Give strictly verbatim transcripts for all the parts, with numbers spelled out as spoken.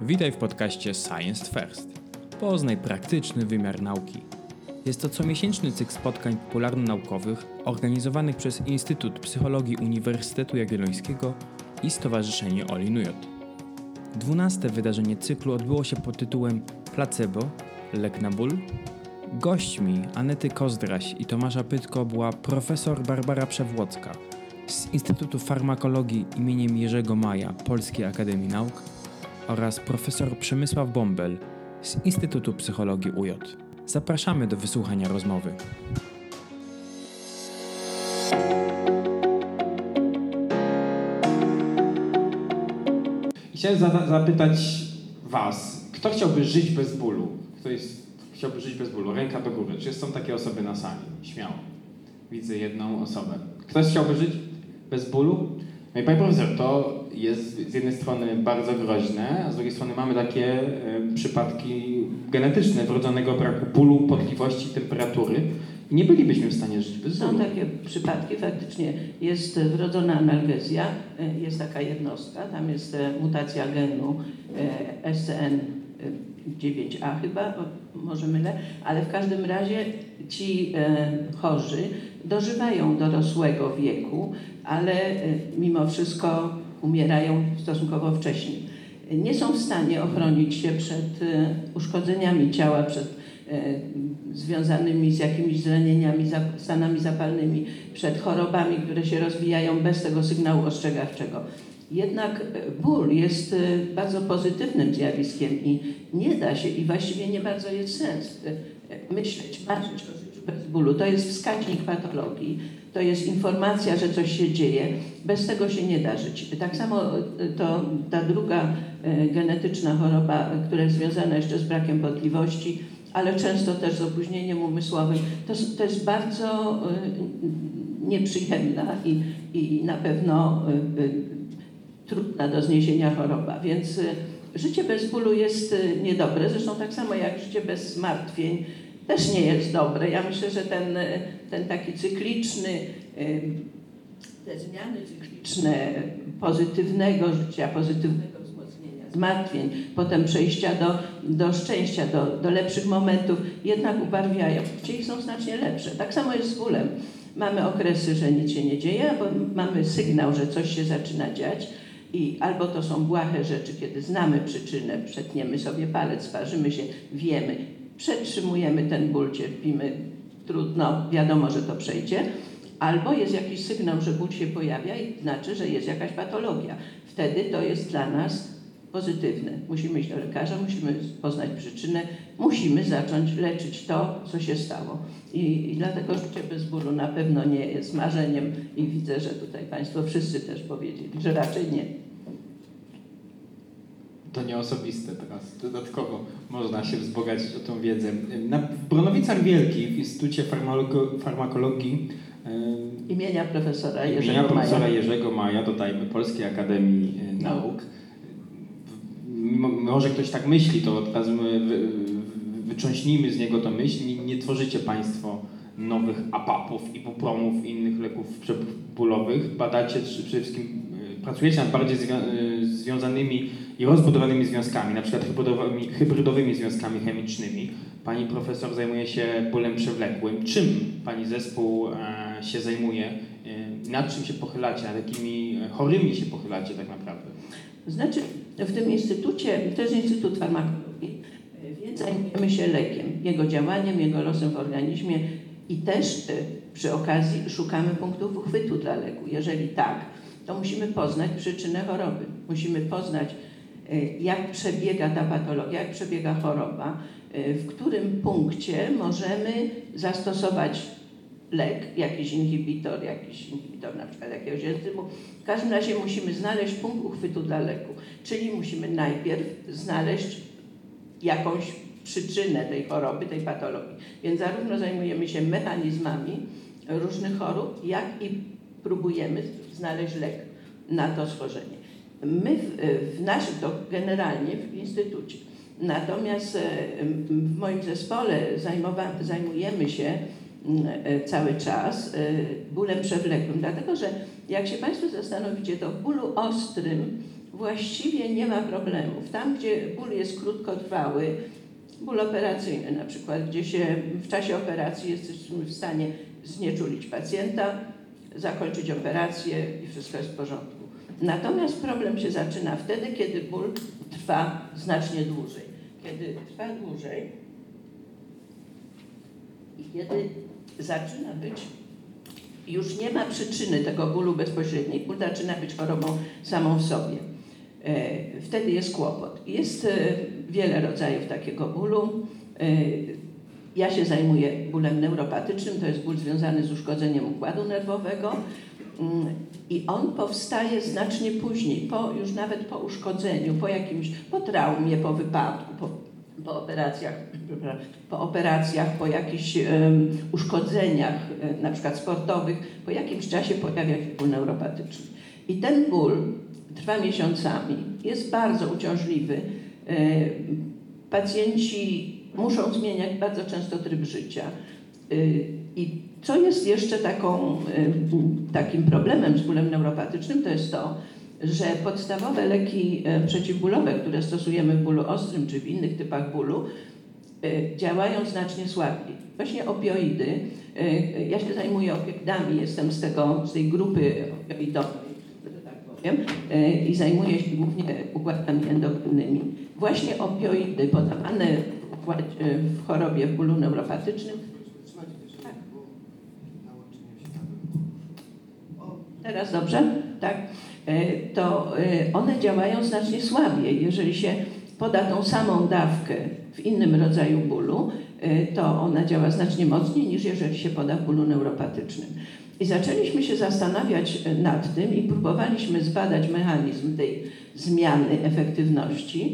Witaj w podcaście Science First. Poznaj praktyczny wymiar nauki. Jest to comiesięczny cykl spotkań popularno-naukowych organizowanych przez Instytut Psychologii Uniwersytetu Jagiellońskiego i Stowarzyszenie All In U J. Dwunaste wydarzenie cyklu odbyło się pod tytułem Placebo – lek na ból. Gośćmi Anety Kozdraś i Tomasza Pytko była profesor Barbara Przewłocka z Instytutu Farmakologii im. Jerzego Maja Polskiej Akademii Nauk oraz profesor Przemysław Bąbel z Instytutu Psychologii U J. Zapraszamy do wysłuchania rozmowy. Chciałem za- zapytać Was, kto chciałby żyć bez bólu? Kto jest, chciałby żyć bez bólu? Ręka do góry. Czy są takie osoby na sali? Śmiało. Widzę jedną osobę. Ktoś chciałby żyć bez bólu? No i Panie Profesor, to jest z jednej strony bardzo groźne, a z drugiej strony mamy takie e, przypadki genetyczne wrodzonego braku bólu, potliwości, temperatury i nie bylibyśmy w stanie żyć bez bólu. Są takie przypadki, faktycznie jest wrodzona analgezja, jest taka jednostka, tam jest mutacja genu S C N dziewięć A chyba, może mylę, ale w każdym razie ci chorzy dożywają dorosłego wieku, ale mimo wszystko umierają stosunkowo wcześnie. Nie są w stanie ochronić się przed uszkodzeniami ciała, przed związanymi z jakimiś zranieniami, stanami zapalnymi, przed chorobami, które się rozwijają bez tego sygnału ostrzegawczego. Jednak ból jest bardzo pozytywnym zjawiskiem i nie da się, i właściwie nie bardzo jest sens myśleć, marzyć o życiu bez bólu. To jest wskaźnik patologii, to jest informacja, że coś się dzieje. Bez tego się nie da żyć. Tak samo to ta druga genetyczna choroba, która jest związana jeszcze z brakiem potliwości, ale często też z opóźnieniem umysłowym, to, to jest bardzo y, nieprzyjemna i, i na pewno y, y, trudna do zniesienia choroba. Więc y, życie bez bólu jest y, niedobre. Zresztą tak samo jak życie bez zmartwień też nie jest dobre. Ja myślę, że ten, ten taki cykliczny, y, te zmiany cykliczne pozytywnego życia, pozytywnego zmartwień, potem przejścia do, do szczęścia, do, do lepszych momentów, jednak ubarwiają. Dzisiaj są znacznie lepsze. Tak samo jest z bólem. Mamy okresy, że nic się nie dzieje, bo mamy sygnał, że coś się zaczyna dziać i albo to są błahe rzeczy, kiedy znamy przyczynę, przetniemy sobie palec, sparzymy się, wiemy, przetrzymujemy ten ból, cierpimy, trudno, wiadomo, że to przejdzie, albo jest jakiś sygnał, że ból się pojawia i znaczy, że jest jakaś patologia. Wtedy to jest dla nas pozytywne. Musimy iść do lekarza, musimy poznać przyczynę, musimy zacząć leczyć to, co się stało. I, i dlatego życie bez bólu na pewno nie jest marzeniem i widzę, że tutaj Państwo wszyscy też powiedzieli, że raczej nie. To nie osobiste teraz. Dodatkowo można się wzbogacić o tą wiedzę. Na, w Bronowicach Wielkich w Instytucie Farmako- Farmakologii yy, imienia profesora Jerzego imienia profesora Maja. Jerzego Maja, dodajmy, Polskiej Akademii Nauk. Może ktoś tak myśli, to od razu my wy, wytrząśnijmy z niego tę myśl. Nie, nie tworzycie Państwo nowych apapów, ibupromów i innych leków przeciwbólowych. Badacie przede wszystkim, pracujecie nad bardziej zwią- związanymi i rozbudowanymi związkami, na przykład hybrydowymi, hybrydowymi związkami chemicznymi. Pani profesor zajmuje się bólem przewlekłym. Czym Pani zespół e, się zajmuje? E, nad czym się pochylacie? Nad jakimi chorymi się pochylacie tak naprawdę? Znaczy, w tym instytucie, to jest Instytut Farmakologii, więc zajmujemy się lekiem, jego działaniem, jego losem w organizmie i też przy okazji szukamy punktów uchwytu dla leku. Jeżeli tak, to musimy poznać przyczynę choroby. Musimy poznać, jak przebiega ta patologia, jak przebiega choroba, w którym punkcie możemy zastosować lek, jakiś inhibitor, jakiś inhibitor na przykład jakiegoś enzymu. W każdym razie musimy znaleźć punkt uchwytu dla leku, czyli musimy najpierw znaleźć jakąś przyczynę tej choroby, tej patologii. Więc zarówno zajmujemy się mechanizmami różnych chorób, jak i próbujemy znaleźć lek na to schorzenie. My w, w naszym, to generalnie w instytucie, natomiast w moim zespole zajmowa, zajmujemy się cały czas bólem przewlekłym, dlatego że jak się Państwo zastanowicie, to w bólu ostrym właściwie nie ma problemów. Tam, gdzie ból jest krótkotrwały, ból operacyjny na przykład, gdzie się w czasie operacji jesteśmy w stanie znieczulić pacjenta, zakończyć operację i wszystko jest w porządku. Natomiast problem się zaczyna wtedy, kiedy ból trwa znacznie dłużej. Kiedy trwa dłużej i kiedy zaczyna być, już nie ma przyczyny tego bólu bezpośredniej, ból zaczyna być chorobą samą w sobie. Wtedy jest kłopot. Jest wiele rodzajów takiego bólu. Ja się zajmuję bólem neuropatycznym, to jest ból związany z uszkodzeniem układu nerwowego i on powstaje znacznie później, po, już nawet po uszkodzeniu, po jakimś, po traumie, po wypadku, po, po operacjach, po operacjach, po jakichś um, uszkodzeniach, na przykład sportowych, po jakimś czasie pojawia się ból neuropatyczny. I ten ból trwa miesiącami, jest bardzo uciążliwy. Pacjenci muszą zmieniać bardzo często tryb życia. I co jest jeszcze taką, takim problemem z bólem neuropatycznym, to jest to, że podstawowe leki przeciwbólowe, które stosujemy w bólu ostrym czy w innych typach bólu, działają znacznie słabiej. Właśnie opioidy, ja się zajmuję opioidami, jestem z, tego, z tej grupy opioidowej, że tak powiem, i zajmuję się głównie układami endogennymi. Właśnie opioidy podawane w chorobie w bólu neuropatycznym. Teraz dobrze? Tak. To one działają znacznie słabiej. Jeżeli się poda tą samą dawkę w innym rodzaju bólu, to ona działa znacznie mocniej niż jeżeli się poda w bólu neuropatycznym. I zaczęliśmy się zastanawiać nad tym i próbowaliśmy zbadać mechanizm tej zmiany efektywności.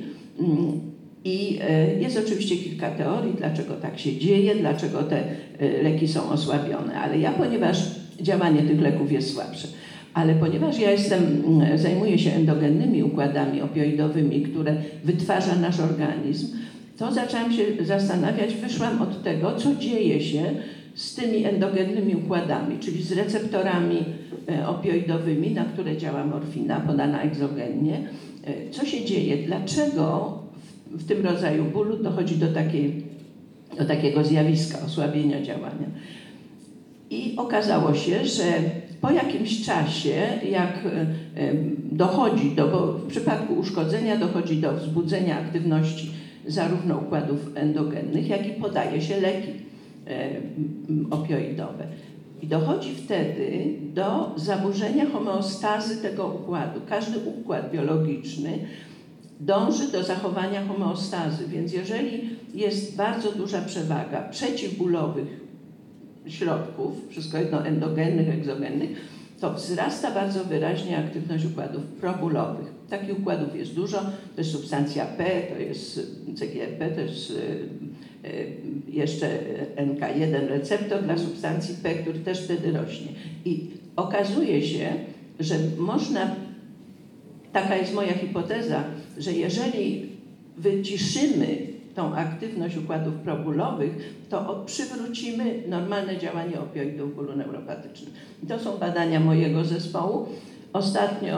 I jest oczywiście kilka teorii, dlaczego tak się dzieje, dlaczego te leki są osłabione, ale ja, ponieważ działanie tych leków jest słabsze, ale ponieważ ja jestem, zajmuję się endogennymi układami opioidowymi, które wytwarza nasz organizm, to zaczęłam się zastanawiać, wyszłam od tego, co dzieje się z tymi endogennymi układami, czyli z receptorami opioidowymi, na które działa morfina podana egzogennie. Co się dzieje? Dlaczego w tym rodzaju bólu dochodzi do, takiej, do takiego zjawiska osłabienia działania? I okazało się, że po jakimś czasie, jak dochodzi do, bo w przypadku uszkodzenia dochodzi do wzbudzenia aktywności zarówno układów endogennych, jak i podaje się leki opioidowe. I dochodzi wtedy do zaburzenia homeostazy tego układu. Każdy układ biologiczny dąży do zachowania homeostazy, więc jeżeli jest bardzo duża przewaga przeciwbólowych środków, wszystko jedno endogennych, egzogennych, to wzrasta bardzo wyraźnie aktywność układów probólowych. Takich układów jest dużo, to jest substancja P, to jest C G R P, to jest jeszcze N K jeden receptor dla substancji P, który też wtedy rośnie. I okazuje się, że można, taka jest moja hipoteza, że jeżeli wyciszymy tą aktywność układów probólowych, to przywrócimy normalne działanie opioidów w bólu neuropatycznym. I to są badania mojego zespołu. Ostatnio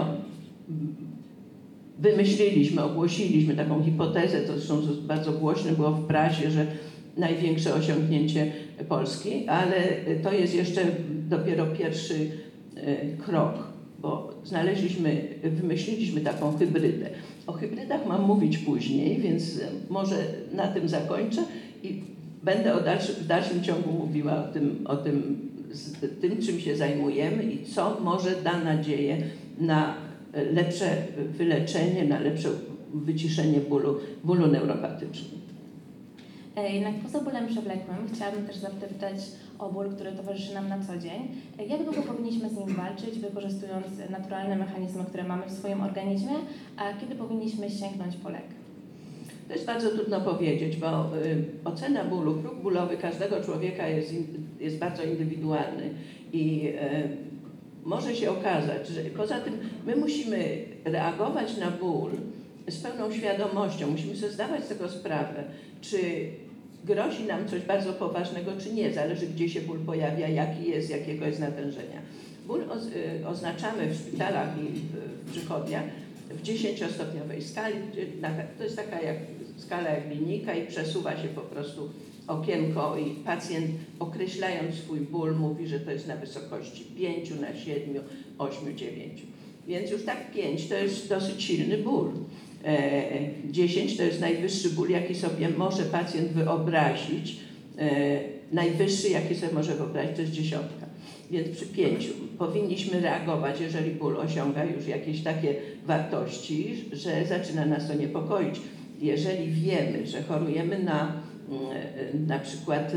wymyśliliśmy, ogłosiliśmy taką hipotezę, to zresztą bardzo głośne było w prasie, że największe osiągnięcie Polski, ale to jest jeszcze dopiero pierwszy krok, bo znaleźliśmy, wymyśliliśmy taką hybrydę. O hybrydach mam mówić później, więc może na tym zakończę i będę o dalszy, w dalszym ciągu mówiła o tym, o tym, z tym, czym się zajmujemy i co może da nadzieję na lepsze wyleczenie, na lepsze wyciszenie bólu, bólu neuropatycznego. Jednak poza bólem przewlekłym chciałabym też zapytać o ból, który towarzyszy nam na co dzień. Jak długo powinniśmy z nim walczyć, wykorzystując naturalne mechanizmy, które mamy w swoim organizmie, a kiedy powinniśmy sięgnąć po lek? To jest bardzo trudno powiedzieć, bo y, ocena bólu, próg bólowy każdego człowieka jest, jest bardzo indywidualny i y, może się okazać, że poza tym my musimy reagować na ból z pełną świadomością, musimy sobie zdawać z tego sprawę, czy grozi nam coś bardzo poważnego, czy nie. Zależy, gdzie się ból pojawia, jaki jest, jakiego jest natężenia. Ból oznaczamy w szpitalach i w przychodniach w dziesięciostopniowej skali. To jest taka jak skala jak linijka i przesuwa się po prostu okienko i pacjent, określając swój ból, mówi, że to jest na wysokości pięć, na siedem, osiem, dziewięć. Więc już tak pięć to jest dosyć silny ból. dziesięć to jest najwyższy ból, jaki sobie może pacjent wyobrazić. Najwyższy, jaki sobie może wyobrazić, to jest dziesiątka. Więc przy pięciu powinniśmy reagować, jeżeli ból osiąga już jakieś takie wartości, że zaczyna nas to niepokoić. Jeżeli wiemy, że chorujemy na na przykład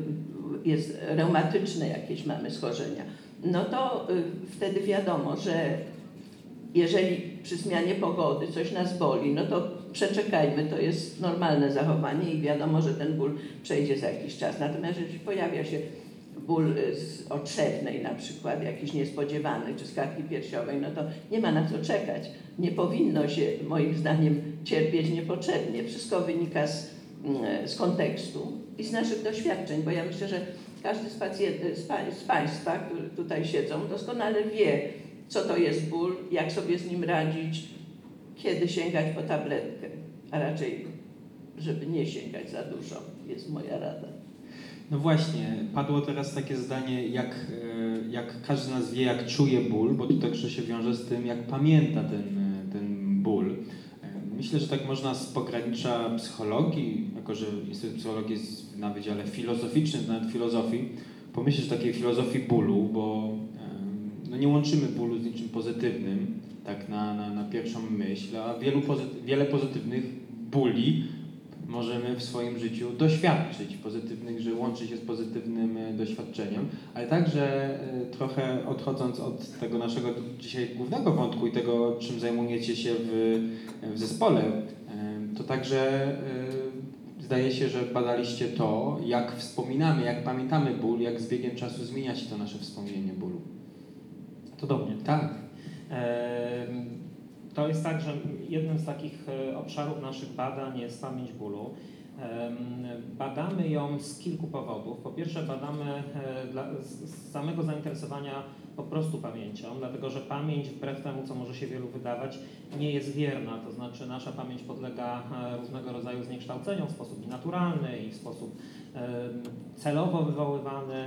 jest reumatyczne jakieś mamy schorzenia, no to wtedy wiadomo, że jeżeli przy zmianie pogody coś nas boli, no to przeczekajmy, to jest normalne zachowanie i wiadomo, że ten ból przejdzie za jakiś czas. Natomiast jeżeli pojawia się ból z otrzewnej na przykład, jakiś niespodziewany, czy z klatki piersiowej, no to nie ma na co czekać. Nie powinno się, moim zdaniem, cierpieć niepotrzebnie. Wszystko wynika z, z kontekstu i z naszych doświadczeń, bo ja myślę, że każdy z, pacjent, z, pa, z Państwa, którzy tutaj siedzą, doskonale wie, co to jest ból, jak sobie z nim radzić, kiedy sięgać po tabletkę, a raczej, żeby nie sięgać za dużo, jest moja rada. No właśnie, padło teraz takie zdanie, jak, jak każdy z nas wie, jak czuje ból, bo to także się wiąże z tym, jak pamięta ten, ten ból. Myślę, że tak można z pogranicza psychologii, jako że Instytut Psychologii jest na Wydziale Filozoficznym, nawet filozofii, pomyśleć o takiej filozofii bólu, bo no nie łączymy bólu z niczym pozytywnym, tak na, na, na pierwszą myśl, a wielu pozyty- wiele pozytywnych bóli możemy w swoim życiu doświadczyć, pozytywnych, że łączy się z pozytywnym doświadczeniem, ale także trochę odchodząc od tego naszego dzisiaj głównego wątku i tego, czym zajmujecie się w, w zespole, to także zdaje się, że badaliście to, jak wspominamy, jak pamiętamy ból, jak z biegiem czasu zmienia się to nasze wspomnienie bólu. To do mnie. Tak. To jest tak, że jednym z takich obszarów naszych badań jest pamięć bólu. Badamy ją z kilku powodów. Po pierwsze, badamy dla, z samego zainteresowania po prostu pamięcią, dlatego że pamięć, wbrew temu, co może się wielu wydawać, nie jest wierna. To znaczy nasza pamięć podlega różnego rodzaju zniekształceniom w sposób naturalny i w sposób celowo wywoływany.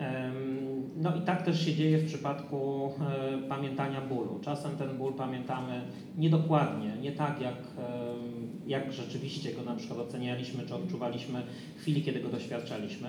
No i tak też się dzieje w przypadku pamiętania bólu. Czasem ten ból pamiętamy niedokładnie, nie tak jak, jak rzeczywiście go na przykład ocenialiśmy czy odczuwaliśmy w chwili, kiedy go doświadczaliśmy.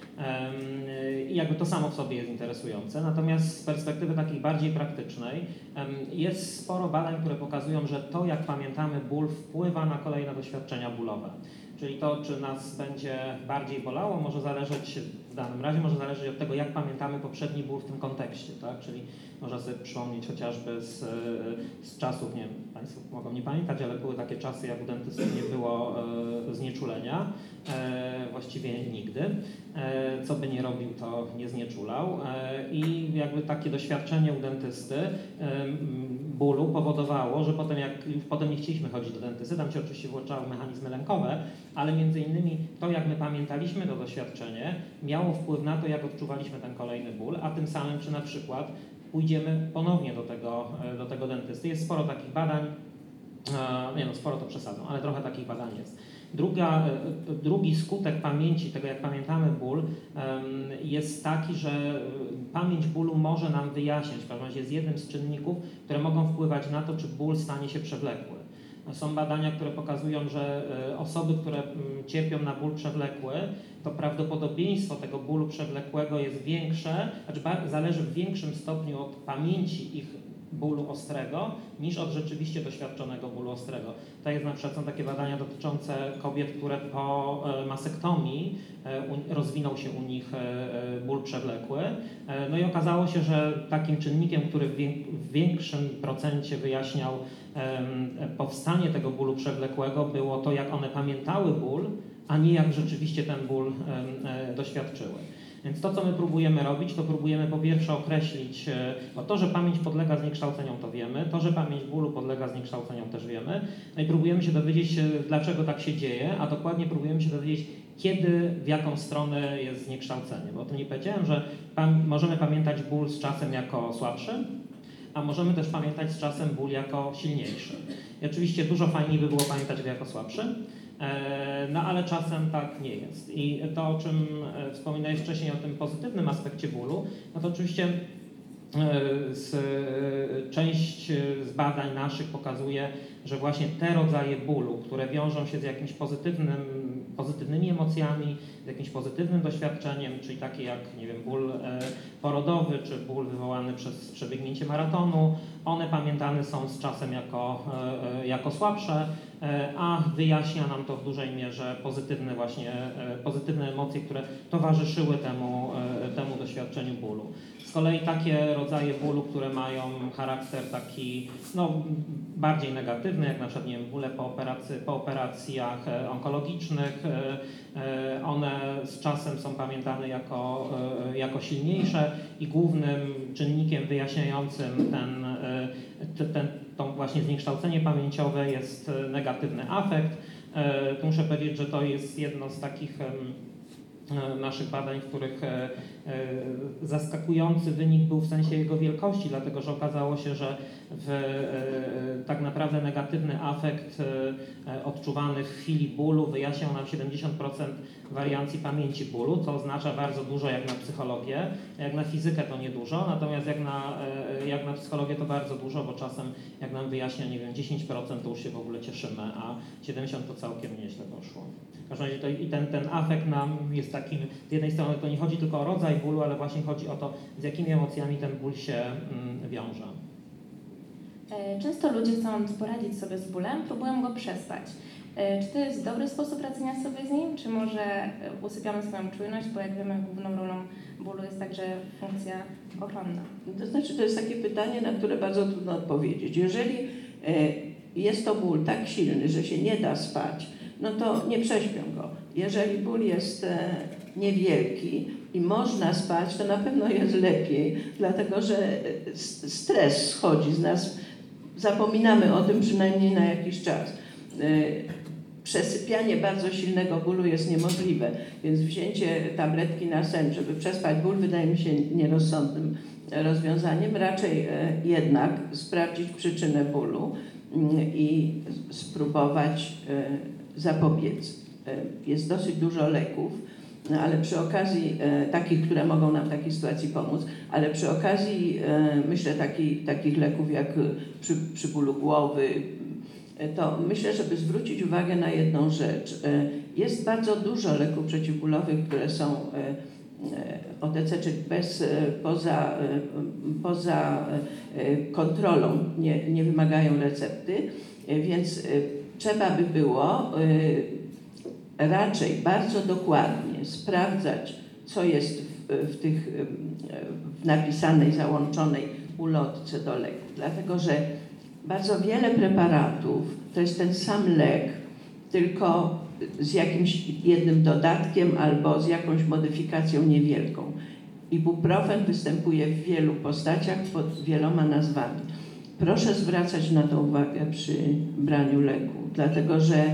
I jakby to samo w sobie jest interesujące. Natomiast z perspektywy takiej bardziej praktycznej jest sporo badań, które pokazują, że to, jak pamiętamy ból, wpływa na kolejne doświadczenia bólowe. Czyli to, czy nas będzie bardziej bolało, może zależeć, w danym razie może zależeć od tego, jak pamiętamy poprzedni ból w tym kontekście, tak? Czyli można sobie przypomnieć chociażby z, z czasów, nie wiem, Państwo mogą nie pamiętać, ale były takie czasy, jak u dentysty nie było e, znieczulenia, e, właściwie nigdy. E, co by nie robił, to nie znieczulał. E, I jakby takie doświadczenie u dentysty e, bólu powodowało, że potem jak potem nie chcieliśmy chodzić do dentysty, tam się oczywiście włączały mechanizmy lękowe, ale między innymi to, jak my pamiętaliśmy to doświadczenie, miało wpływ na to, jak odczuwaliśmy ten kolejny ból, a tym samym, czy na przykład pójdziemy ponownie do tego, do tego dentysty. Jest sporo takich badań, nie no, sporo to przesadzą, ale trochę takich badań jest. Druga, drugi skutek pamięci, tego jak pamiętamy ból, jest taki, że pamięć bólu może nam wyjaśniać, w każdym razie jest jednym z czynników, które mogą wpływać na to, czy ból stanie się przewlekły. Są badania, które pokazują, że osoby, które cierpią na ból przewlekły, to prawdopodobieństwo tego bólu przewlekłego jest większe, znaczy zależy w większym stopniu od pamięci ich bólu ostrego niż od rzeczywiście doświadczonego bólu ostrego. To jest na przykład są takie badania dotyczące kobiet, które po masektomii rozwinął się u nich ból przewlekły. No i okazało się, że takim czynnikiem, który w większym procencie wyjaśniał powstanie tego bólu przewlekłego, było to, jak one pamiętały ból, a nie jak rzeczywiście ten ból doświadczyły. Więc to, co my próbujemy robić, to próbujemy po pierwsze określić, bo to, że pamięć podlega zniekształceniom, to wiemy, to, że pamięć bólu podlega zniekształceniom, też wiemy. No i próbujemy się dowiedzieć, dlaczego tak się dzieje, a dokładnie próbujemy się dowiedzieć, kiedy, w jaką stronę jest zniekształcenie. Bo o tym nie powiedziałem, że pam- możemy pamiętać ból z czasem jako słabszy, a możemy też pamiętać z czasem ból jako silniejszy. I oczywiście dużo fajniej by było pamiętać go jako słabszy, no ale czasem tak nie jest. I to, o czym wspominałeś wcześniej, o tym pozytywnym aspekcie bólu, no to oczywiście z, część z badań naszych pokazuje, że właśnie te rodzaje bólu, które wiążą się z jakimś pozytywnym, pozytywnymi emocjami, z jakimś pozytywnym doświadczeniem, czyli takie jak, nie wiem, ból porodowy, czy ból wywołany przez przebiegnięcie maratonu, one pamiętane są z czasem jako, jako słabsze, a wyjaśnia nam to w dużej mierze pozytywne właśnie, pozytywne emocje, które towarzyszyły temu, temu doświadczeniu bólu. Z kolei takie rodzaje bólu, które mają charakter taki no, bardziej negatywny, jak na przykład nie wiem, bóle po, operacji, po operacjach onkologicznych, one z czasem są pamiętane jako, jako silniejsze i głównym czynnikiem wyjaśniającym ten, ten, to właśnie zniekształcenie pamięciowe jest negatywny afekt. Tu muszę powiedzieć, że to jest jedno z takich naszych badań, w których zaskakujący wynik był w sensie jego wielkości, dlatego że okazało się, że w, tak naprawdę negatywny afekt odczuwany w chwili bólu wyjaśniał nam siedemdziesiąt procent wariancji pamięci bólu, co oznacza bardzo dużo jak na psychologię, jak na fizykę to niedużo, natomiast jak na, jak na psychologię to bardzo dużo, bo czasem jak nam wyjaśnia, nie wiem, dziesięć procent to już się w ogóle cieszymy, a siedemdziesiąt procent to całkiem nieźle poszło. W każdym razie to, i ten, ten afekt nam jest takim, z jednej strony to nie chodzi tylko o rodzaj bólu, ale właśnie chodzi o to, z jakimi emocjami ten ból się mm, wiąże. Często ludzie, chcąc poradzić sobie z bólem, próbują go przespać. Czy to jest dobry sposób radzenia sobie z nim, czy może usypiamy swoją czujność, bo jak wiemy, główną rolą bólu jest także funkcja ochronna? To znaczy, to jest takie pytanie, na które bardzo trudno odpowiedzieć. Jeżeli jest to ból tak silny, że się nie da spać, no to nie prześpią go. Jeżeli ból jest niewielki i można spać, to na pewno jest lepiej, dlatego że stres schodzi z nas, zapominamy o tym przynajmniej na jakiś czas. Przesypianie bardzo silnego bólu jest niemożliwe, więc wzięcie tabletki na sen, żeby przespać ból, wydaje mi się nierozsądnym rozwiązaniem. Raczej jednak sprawdzić przyczynę bólu i spróbować zapobiec. Jest dosyć dużo leków, no ale przy okazji e, takich, które mogą nam w takiej sytuacji pomóc, ale przy okazji e, myślę taki, takich leków jak przy, przy bólu głowy, e, to myślę, żeby zwrócić uwagę na jedną rzecz. E, jest bardzo dużo leków przeciwbólowych, które są e, O T C, czyli bez, e, poza, e, poza e, kontrolą, nie, nie wymagają recepty, e, więc e, trzeba by było e, raczej bardzo dokładnie sprawdzać, co jest w, w tych w napisanej, załączonej ulotce do leku. Dlatego, że bardzo wiele preparatów to jest ten sam lek, tylko z jakimś jednym dodatkiem albo z jakąś modyfikacją niewielką. Ibuprofen występuje w wielu postaciach pod wieloma nazwami. Proszę zwracać na to uwagę przy braniu leku, dlatego że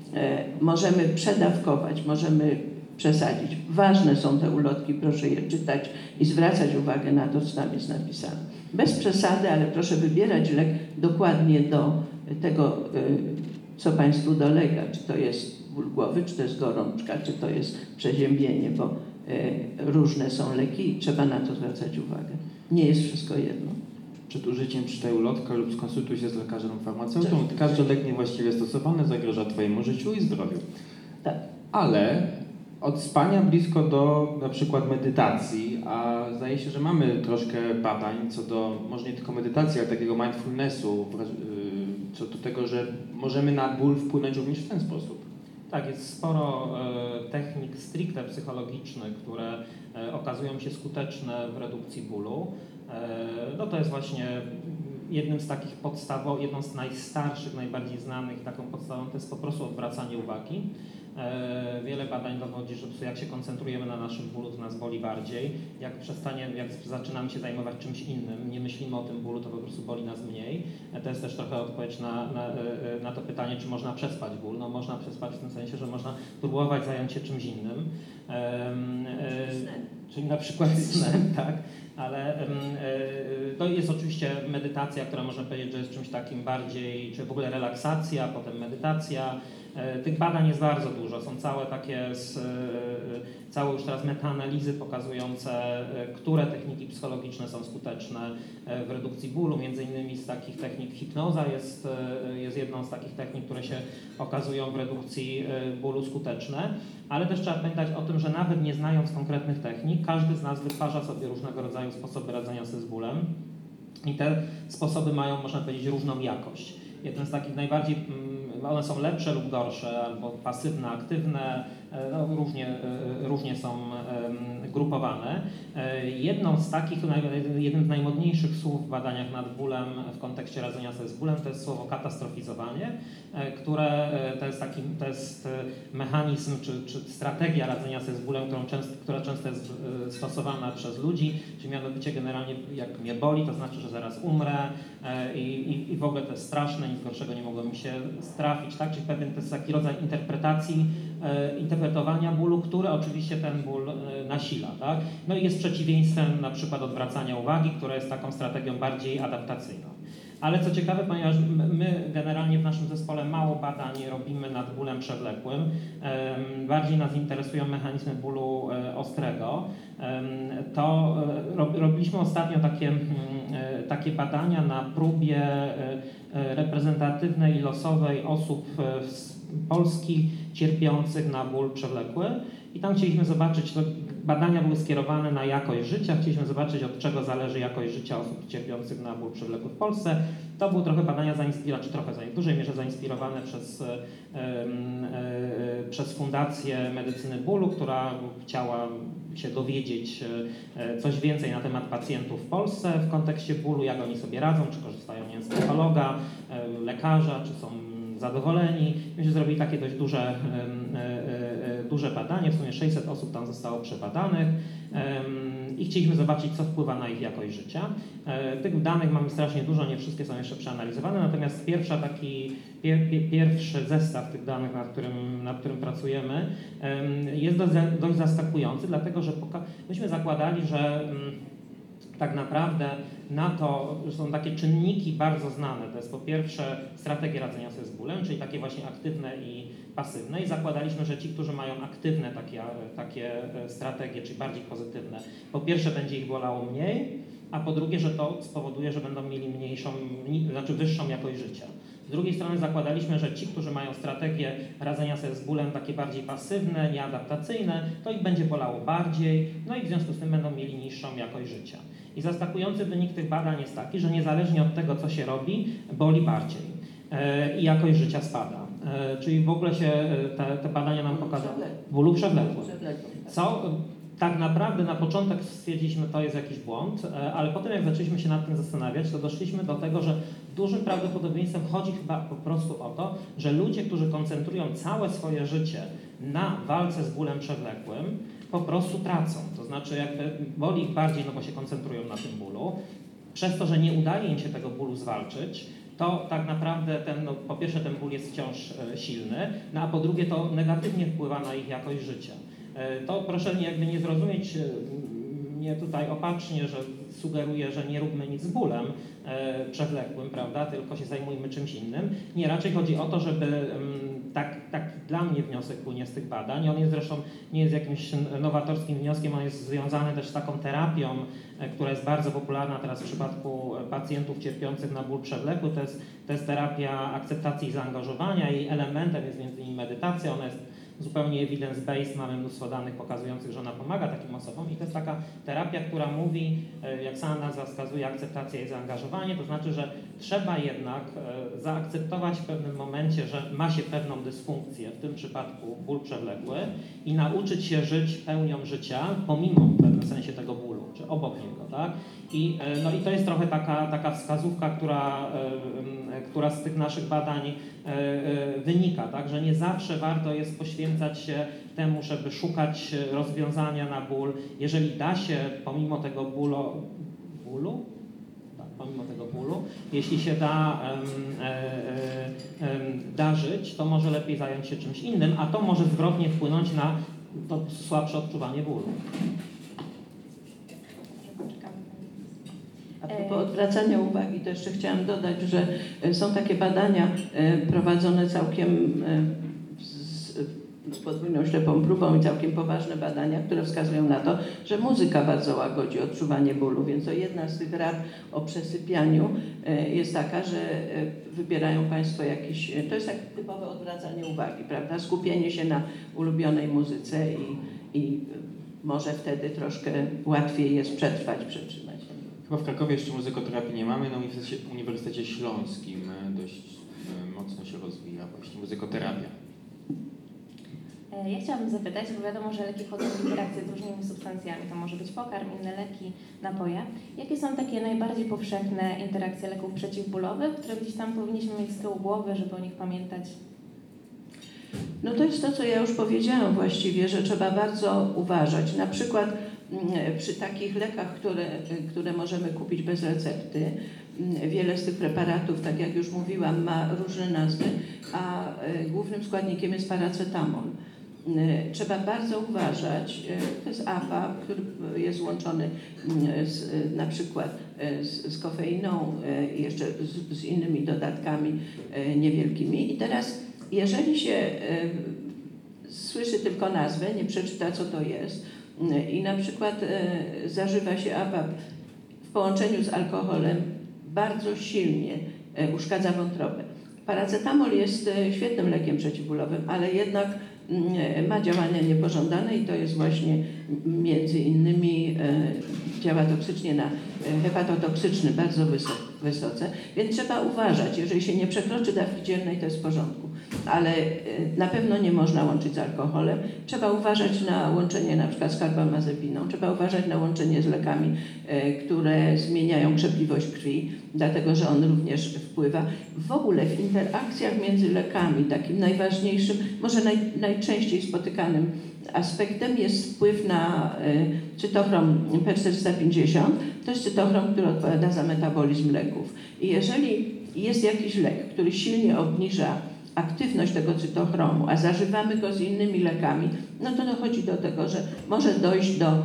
możemy przedawkować, możemy przesadzić. Ważne są te ulotki, proszę je czytać i zwracać uwagę na to, co tam jest napisane. Bez przesady, ale proszę wybierać lek dokładnie do tego, co Państwu dolega. Czy to jest ból głowy, czy to jest gorączka, czy to jest przeziębienie, bo różne są leki i trzeba na to zwracać uwagę. Nie jest wszystko jedno. Przed użyciem czytaj ulotkę lub skonsultuj się z lekarzem farmaceutą. Każdy lek niewłaściwie stosowany zagraża Twojemu życiu i zdrowiu. Tak. Ale od spania blisko do na przykład medytacji, a zdaje się, że mamy troszkę badań co do, może nie tylko medytacji, ale takiego mindfulnessu, co do tego, że możemy na ból wpłynąć również w ten sposób. Tak, jest sporo e, technik stricte psychologicznych, które e, okazują się skuteczne w redukcji bólu. E, no to jest właśnie jednym z takich podstawowych, jedną z najstarszych, najbardziej znanych taką podstawą to jest po prostu odwracanie uwagi. E, wiele badań dowodzi, że jak się koncentrujemy na naszym bólu, to nas boli bardziej. Jak przestaniemy, jak zaczynamy się zajmować czymś innym, nie myślimy o tym bólu, to po prostu boli nas mniej. E, to jest też trochę odpowiedź na, na, na to pytanie, czy można przespać ból. No można przespać w tym sensie, że można próbować zająć się czymś innym. E, e, czyli na przykład snem, tak. Ale e, To jest oczywiście medytacja, która można powiedzieć, że jest czymś takim bardziej, czy w ogóle relaksacja, potem medytacja. Tych badań jest bardzo dużo. Są całe takie, całe już teraz metaanalizy pokazujące, które techniki psychologiczne są skuteczne w redukcji bólu. Między innymi z takich technik hipnoza jest, jest jedną z takich technik, które się okazują w redukcji bólu skuteczne. Ale też trzeba pamiętać o tym, że nawet nie znając konkretnych technik, każdy z nas wytwarza sobie różnego rodzaju sposoby radzenia sobie z bólem i te sposoby mają, można powiedzieć, różną jakość. Jeden z takich najbardziej, one są lepsze lub gorsze, albo pasywne, aktywne, no, różnie, różnie są grupowane. Jedną z takich, jednym z najmodniejszych słów w badaniach nad bólem w kontekście radzenia sobie z bólem to jest słowo katastrofizowanie, które to jest taki, to jest mechanizm czy, czy strategia radzenia sobie z bólem, którą często, która często jest stosowana przez ludzi, czyli mianowicie generalnie jak mnie boli, to znaczy, że zaraz umrę i, i, i w ogóle to jest straszne, nic gorszego nie mogło mi się trafić, tak? Czyli pewien to jest taki rodzaj interpretacji, interpretowania bólu, które oczywiście ten ból nasila, tak? No i jest przeciwieństwem na przykład odwracania uwagi, która jest taką strategią bardziej adaptacyjną. Ale co ciekawe, ponieważ my generalnie w naszym zespole mało badań robimy nad bólem przewlekłym, bardziej nas interesują mechanizmy bólu ostrego, to robiliśmy ostatnio takie, takie badania na próbie reprezentatywnej i losowej osób z Polski cierpiących na ból przewlekły i tam chcieliśmy zobaczyć, to badania były skierowane na jakość życia, chcieliśmy zobaczyć, od czego zależy jakość życia osób cierpiących na ból przewlekły w Polsce. To były trochę badania zainspirowane, czy trochę w dużej mierze zainspirowane przez, um, um, przez Fundację Medycyny Bólu, która chciała się dowiedzieć coś więcej na temat pacjentów w Polsce w kontekście bólu, jak oni sobie radzą, czy korzystają nie z psychologa, lekarza, czy są zadowoleni. Myśmy zrobili takie dość duże, duże badanie, w sumie sześćset osób tam zostało przebadanych i chcieliśmy zobaczyć, co wpływa na ich jakość życia. Tych danych mamy strasznie dużo, nie wszystkie są jeszcze przeanalizowane, natomiast pierwsza taki, pier, pierwszy zestaw tych danych, nad którym, nad którym pracujemy, jest dość, dość zaskakujący, dlatego że myśmy zakładali, że tak naprawdę na to, że są takie czynniki bardzo znane, to jest po pierwsze strategie radzenia sobie z bólem, czyli takie właśnie aktywne i pasywne i zakładaliśmy, że ci, którzy mają aktywne takie, takie strategie, czyli bardziej pozytywne, po pierwsze będzie ich bolało mniej, a po drugie, że to spowoduje, że będą mieli mniejszą, znaczy wyższą jakość życia. Z drugiej strony zakładaliśmy, że ci, którzy mają strategie radzenia sobie z bólem takie bardziej pasywne, nieadaptacyjne, to ich będzie bolało bardziej, no i w związku z tym będą mieli niższą jakość życia. I zaskakujący wynik tych badań jest taki, że niezależnie od tego, co się robi, boli bardziej e, i jakość życia spada. E, czyli w ogóle się te, te badania nam pokazują bólu przewlekłym. Co tak naprawdę na początek stwierdziliśmy, to jest jakiś błąd, e, ale potem jak zaczęliśmy się nad tym zastanawiać, to doszliśmy do tego, że dużym prawdopodobieństwem chodzi chyba po prostu o to, że ludzie, którzy koncentrują całe swoje życie na walce z bólem przewlekłym, po prostu tracą. To znaczy jakby boli ich bardziej, no bo się koncentrują na tym bólu. Przez to, że nie udaje im się tego bólu zwalczyć, to tak naprawdę ten, no, po pierwsze ten ból jest wciąż e, silny, no a po drugie to negatywnie wpływa na ich jakość życia. E, to proszę nie, jakby nie zrozumieć e, mnie tutaj opacznie, że sugeruję, że nie róbmy nic z bólem e, przewlekłym, prawda, tylko się zajmujmy czymś innym. Nie, raczej chodzi o to, żeby tak, tak dla mnie wniosek płynie z tych badań. On jest zresztą nie jest jakimś nowatorskim wnioskiem, on jest związany też z taką terapią, która jest bardzo popularna teraz w przypadku pacjentów cierpiących na ból przewlekły. To jest, to jest terapia akceptacji i zaangażowania. Jej elementem jest między innymi medytacja. Ona jest zupełnie evidence-based, mamy mnóstwo danych pokazujących, że ona pomaga takim osobom i to jest taka terapia, która mówi, jak sama nazwa wskazuje, akceptacja i zaangażowanie, to znaczy, że trzeba jednak zaakceptować w pewnym momencie, że ma się pewną dysfunkcję, w tym przypadku ból przewlekły i nauczyć się żyć pełnią życia, pomimo w pewnym sensie tego bólu, czy obok niego, tak? I, no i to jest trochę taka, taka wskazówka, która, która z tych naszych badań wynika, tak? Że nie zawsze warto jest poświęcać się temu, żeby szukać rozwiązania na ból. Jeżeli da się pomimo tego bólu, bólu? Tak, pomimo tego bólu, jeśli się da, um, um, da żyć, to może lepiej zająć się czymś innym, a to może zwrotnie wpłynąć na to słabsze odczuwanie bólu. A Po odwracaniu uwagi to jeszcze chciałam dodać, że są takie badania prowadzone całkiem z, z podwójną ślepą próbą i całkiem poważne badania, które wskazują na to, że muzyka bardzo łagodzi odczuwanie bólu, więc to jedna z tych rad o przesypianiu jest taka, że wybierają Państwo jakiś, to jest tak typowe odwracanie uwagi, prawda, skupienie się na ulubionej muzyce i, i może wtedy troszkę łatwiej jest przetrwać, przetrzymać. Chyba w Krakowie jeszcze muzykoterapii nie mamy, na Uniwersytecie, Uniwersytecie Śląskim dość mocno się rozwija właśnie muzykoterapia. Ja chciałabym zapytać, bo wiadomo, że leki wchodzą w interakcję z różnymi substancjami. To może być pokarm, inne leki, napoje. Jakie są takie najbardziej powszechne interakcje leków przeciwbólowych, które gdzieś tam powinniśmy mieć z tyłu głowy, żeby o nich pamiętać? No to jest to, co ja już powiedziałam właściwie, że trzeba bardzo uważać. Na przykład przy takich lekach, które, które możemy kupić bez recepty, wiele z tych preparatów, tak jak już mówiłam, ma różne nazwy, a głównym składnikiem jest paracetamol. Trzeba bardzo uważać, to jest A P A, który jest łączony z, na przykład z, z kofeiną i jeszcze z, z innymi dodatkami niewielkimi. I teraz, jeżeli się słyszy tylko nazwę, nie przeczyta, co to jest i na przykład zażywa się A P A w połączeniu z alkoholem, bardzo silnie uszkadza wątrobę. Paracetamol jest świetnym lekiem przeciwbólowym, ale jednak ma działania niepożądane i to jest właśnie między innymi działa toksycznie na hepatotoksyczny bardzo wysoce, więc trzeba uważać, jeżeli się nie przekroczy dawki dziennej, to jest w porządku, ale na pewno nie można łączyć z alkoholem. Trzeba uważać na łączenie na przykład z karbamazepiną, trzeba uważać na łączenie z lekami, które zmieniają krzepliwość krwi, dlatego że on również wpływa. W ogóle w interakcjach między lekami, takim najważniejszym, może naj, najczęściej spotykanym aspektem jest wpływ na y, cytochrom P czterysta pięćdziesiąt. To jest cytochrom, który odpowiada za metabolizm leków. I jeżeli jest jakiś lek, który silnie obniża aktywność tego cytochromu, a zażywamy go z innymi lekami, no to dochodzi do tego, że może dojść do y,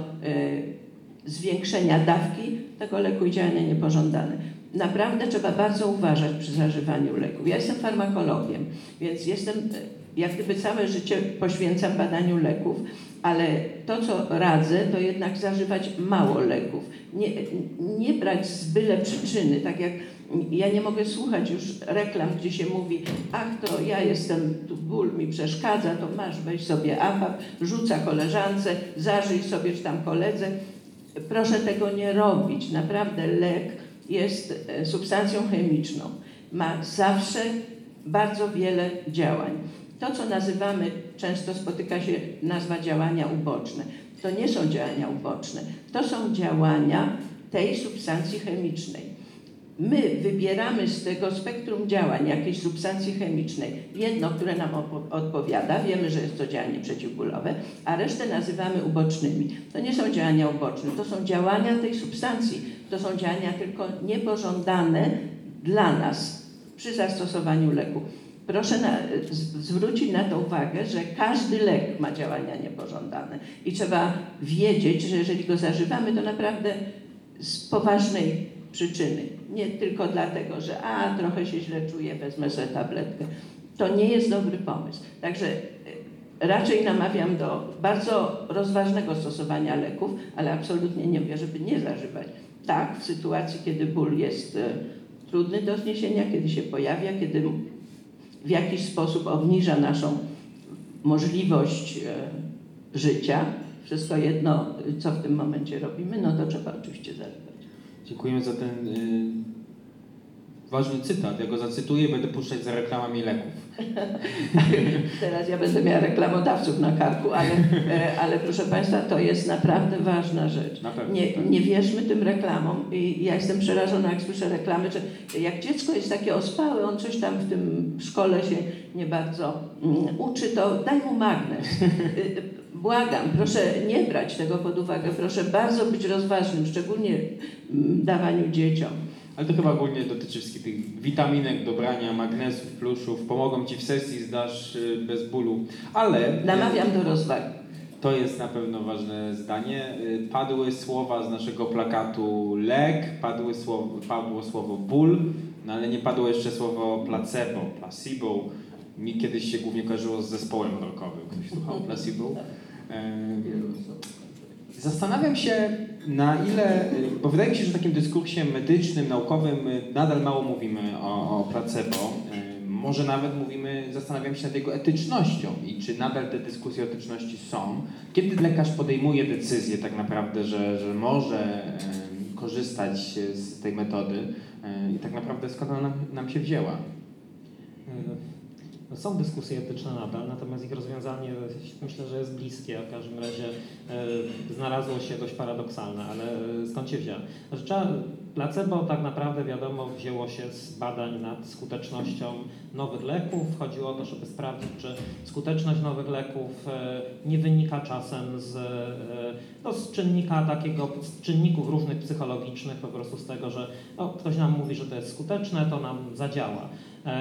zwiększenia dawki tego leku i działania niepożądane. Naprawdę trzeba bardzo uważać przy zażywaniu leków. Ja jestem farmakologiem, więc jestem, jak gdyby całe życie poświęcam badaniu leków, ale to, co radzę, to jednak zażywać mało leków. Nie, nie brać z byle przyczyny, tak jak ja nie mogę słuchać już reklam, gdzie się mówi, ach, to ja jestem, tu ból mi przeszkadza, to masz, weź sobie A P A, rzuca koleżance, zażyj sobie czy tam koledze. Proszę tego nie robić. Naprawdę lek jest substancją chemiczną. Ma zawsze bardzo wiele działań. To, co nazywamy, często spotyka się nazwa działania uboczne. To nie są działania uboczne. To są działania tej substancji chemicznej. My wybieramy z tego spektrum działań jakiejś substancji chemicznej jedno, które nam odpowiada, wiemy, że jest to działanie przeciwbólowe, a resztę nazywamy ubocznymi. To nie są działania uboczne, to są działania tej substancji. To są działania tylko niepożądane dla nas przy zastosowaniu leku. Proszę na, z, zwrócić na to uwagę, że każdy lek ma działania niepożądane i trzeba wiedzieć, że jeżeli go zażywamy, to naprawdę z poważnej przyczyny. Nie tylko dlatego, że a, trochę się źle czuję, wezmę sobie tabletkę. To nie jest dobry pomysł. Także raczej namawiam do bardzo rozważnego stosowania leków, ale absolutnie nie mówię, żeby nie zażywać. Tak, w sytuacji, kiedy ból jest e, trudny do zniesienia, kiedy się pojawia, kiedy w jakiś sposób obniża naszą możliwość e, życia, wszystko jedno, co w tym momencie robimy, no to trzeba oczywiście zażywać. Dziękujemy za ten y, ważny cytat. Ja go zacytuję, będę puszczać za reklamami leków. Teraz ja będę miała reklamodawców na karku, ale, ale proszę Państwa, to jest naprawdę ważna rzecz. Na pewno, nie, tak. nie wierzmy tym reklamom. I ja jestem przerażona, jak słyszę reklamy, że jak dziecko jest takie ospałe, on coś tam w tym szkole się nie bardzo um, uczy, to daj mu magnes. Błagam, proszę nie brać tego pod uwagę, proszę bardzo być rozważnym, szczególnie w dawaniu dzieciom. Ale to chyba ogólnie dotyczy wszystkich tych witaminek, dobrania, magnesów, pluszów. Pomogą Ci w sesji, zdasz bez bólu. Ale... Namawiam do rozwagi. To jest na pewno ważne zdanie. Padły słowa z naszego plakatu lek, padły słowo, padło słowo ból, no ale nie padło jeszcze słowo placebo, placebo. Mi kiedyś się głównie kojarzyło z zespołem rockowym. Ktoś słuchał placebo? Zastanawiam się, na ile, bo wydaje mi się, że w takim dyskursie medycznym, naukowym nadal mało mówimy o, o placebo. Może nawet mówimy, zastanawiam się nad jego etycznością i czy nadal te dyskusje o etyczności są. Kiedy lekarz podejmuje decyzję tak naprawdę, że, że może e, korzystać z tej metody e, i tak naprawdę skąd ona nam, nam się wzięła? Są dyskusje etyczne nadal, natomiast ich rozwiązanie myślę, że jest bliskie, a w każdym razie e, znalazło się dość paradoksalne, ale skąd się wzięło? Znaczy, trzeba, placebo tak naprawdę wiadomo wzięło się z badań nad skutecznością nowych leków. Chodziło o to, żeby sprawdzić, czy skuteczność nowych leków e, nie wynika czasem z, e, no, z czynnika takiego, z czynników różnych psychologicznych, po prostu z tego, że no, ktoś nam mówi, że to jest skuteczne, to nam zadziała.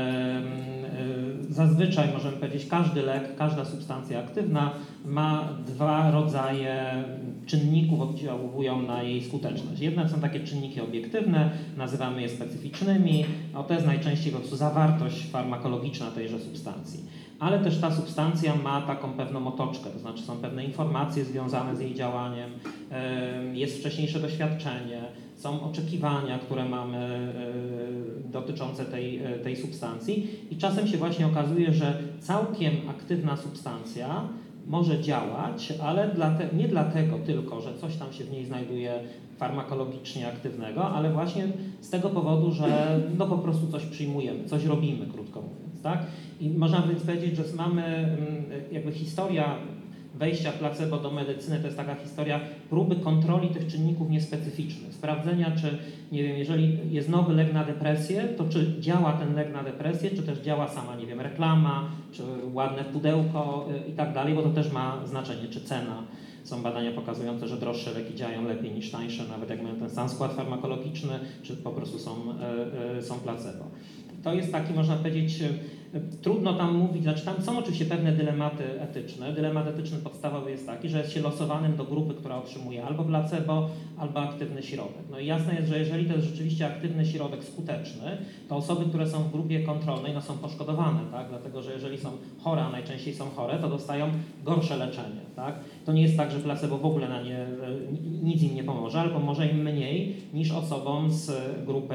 Zazwyczaj możemy powiedzieć, każdy lek, każda substancja aktywna ma dwa rodzaje czynników, oddziałują na jej skuteczność. Jedne są takie czynniki obiektywne, nazywamy je specyficznymi, no to jest najczęściej po prostu zawartość farmakologiczna tejże substancji. Ale też ta substancja ma taką pewną otoczkę, to znaczy są pewne informacje związane z jej działaniem, jest wcześniejsze doświadczenie, są oczekiwania, które mamy dotyczące tej, tej substancji i czasem się właśnie okazuje, że całkiem aktywna substancja może działać, ale dlate, nie dlatego tylko, że coś tam się w niej znajduje farmakologicznie aktywnego, ale właśnie z tego powodu, że no po prostu coś przyjmujemy, coś robimy, krótko mówiąc, tak? I można więc powiedzieć, że mamy jakby historia wejścia placebo do medycyny, to jest taka historia próby kontroli tych czynników niespecyficznych, sprawdzenia, czy, nie wiem, jeżeli jest nowy lek na depresję, to czy działa ten lek na depresję, czy też działa sama, nie wiem, reklama, czy ładne pudełko i tak dalej, bo to też ma znaczenie, czy cena. Są badania pokazujące, że droższe leki działają lepiej niż tańsze, nawet jak mają ten sam skład farmakologiczny, czy po prostu są, są placebo. To jest taki, można powiedzieć, trudno tam mówić, znaczy tam są oczywiście pewne dylematy etyczne. Dylemat etyczny podstawowy jest taki, że jest się losowanym do grupy, która otrzymuje albo placebo, albo aktywny środek. No i jasne jest, że jeżeli to jest rzeczywiście aktywny środek skuteczny, to osoby, które są w grupie kontrolnej, no są poszkodowane, tak? Dlatego, że jeżeli są chore, a najczęściej są chore, to dostają gorsze leczenie, tak? To nie jest tak, że placebo w ogóle na nie, nic im nie pomoże, ale pomoże im mniej niż osobom z grupy,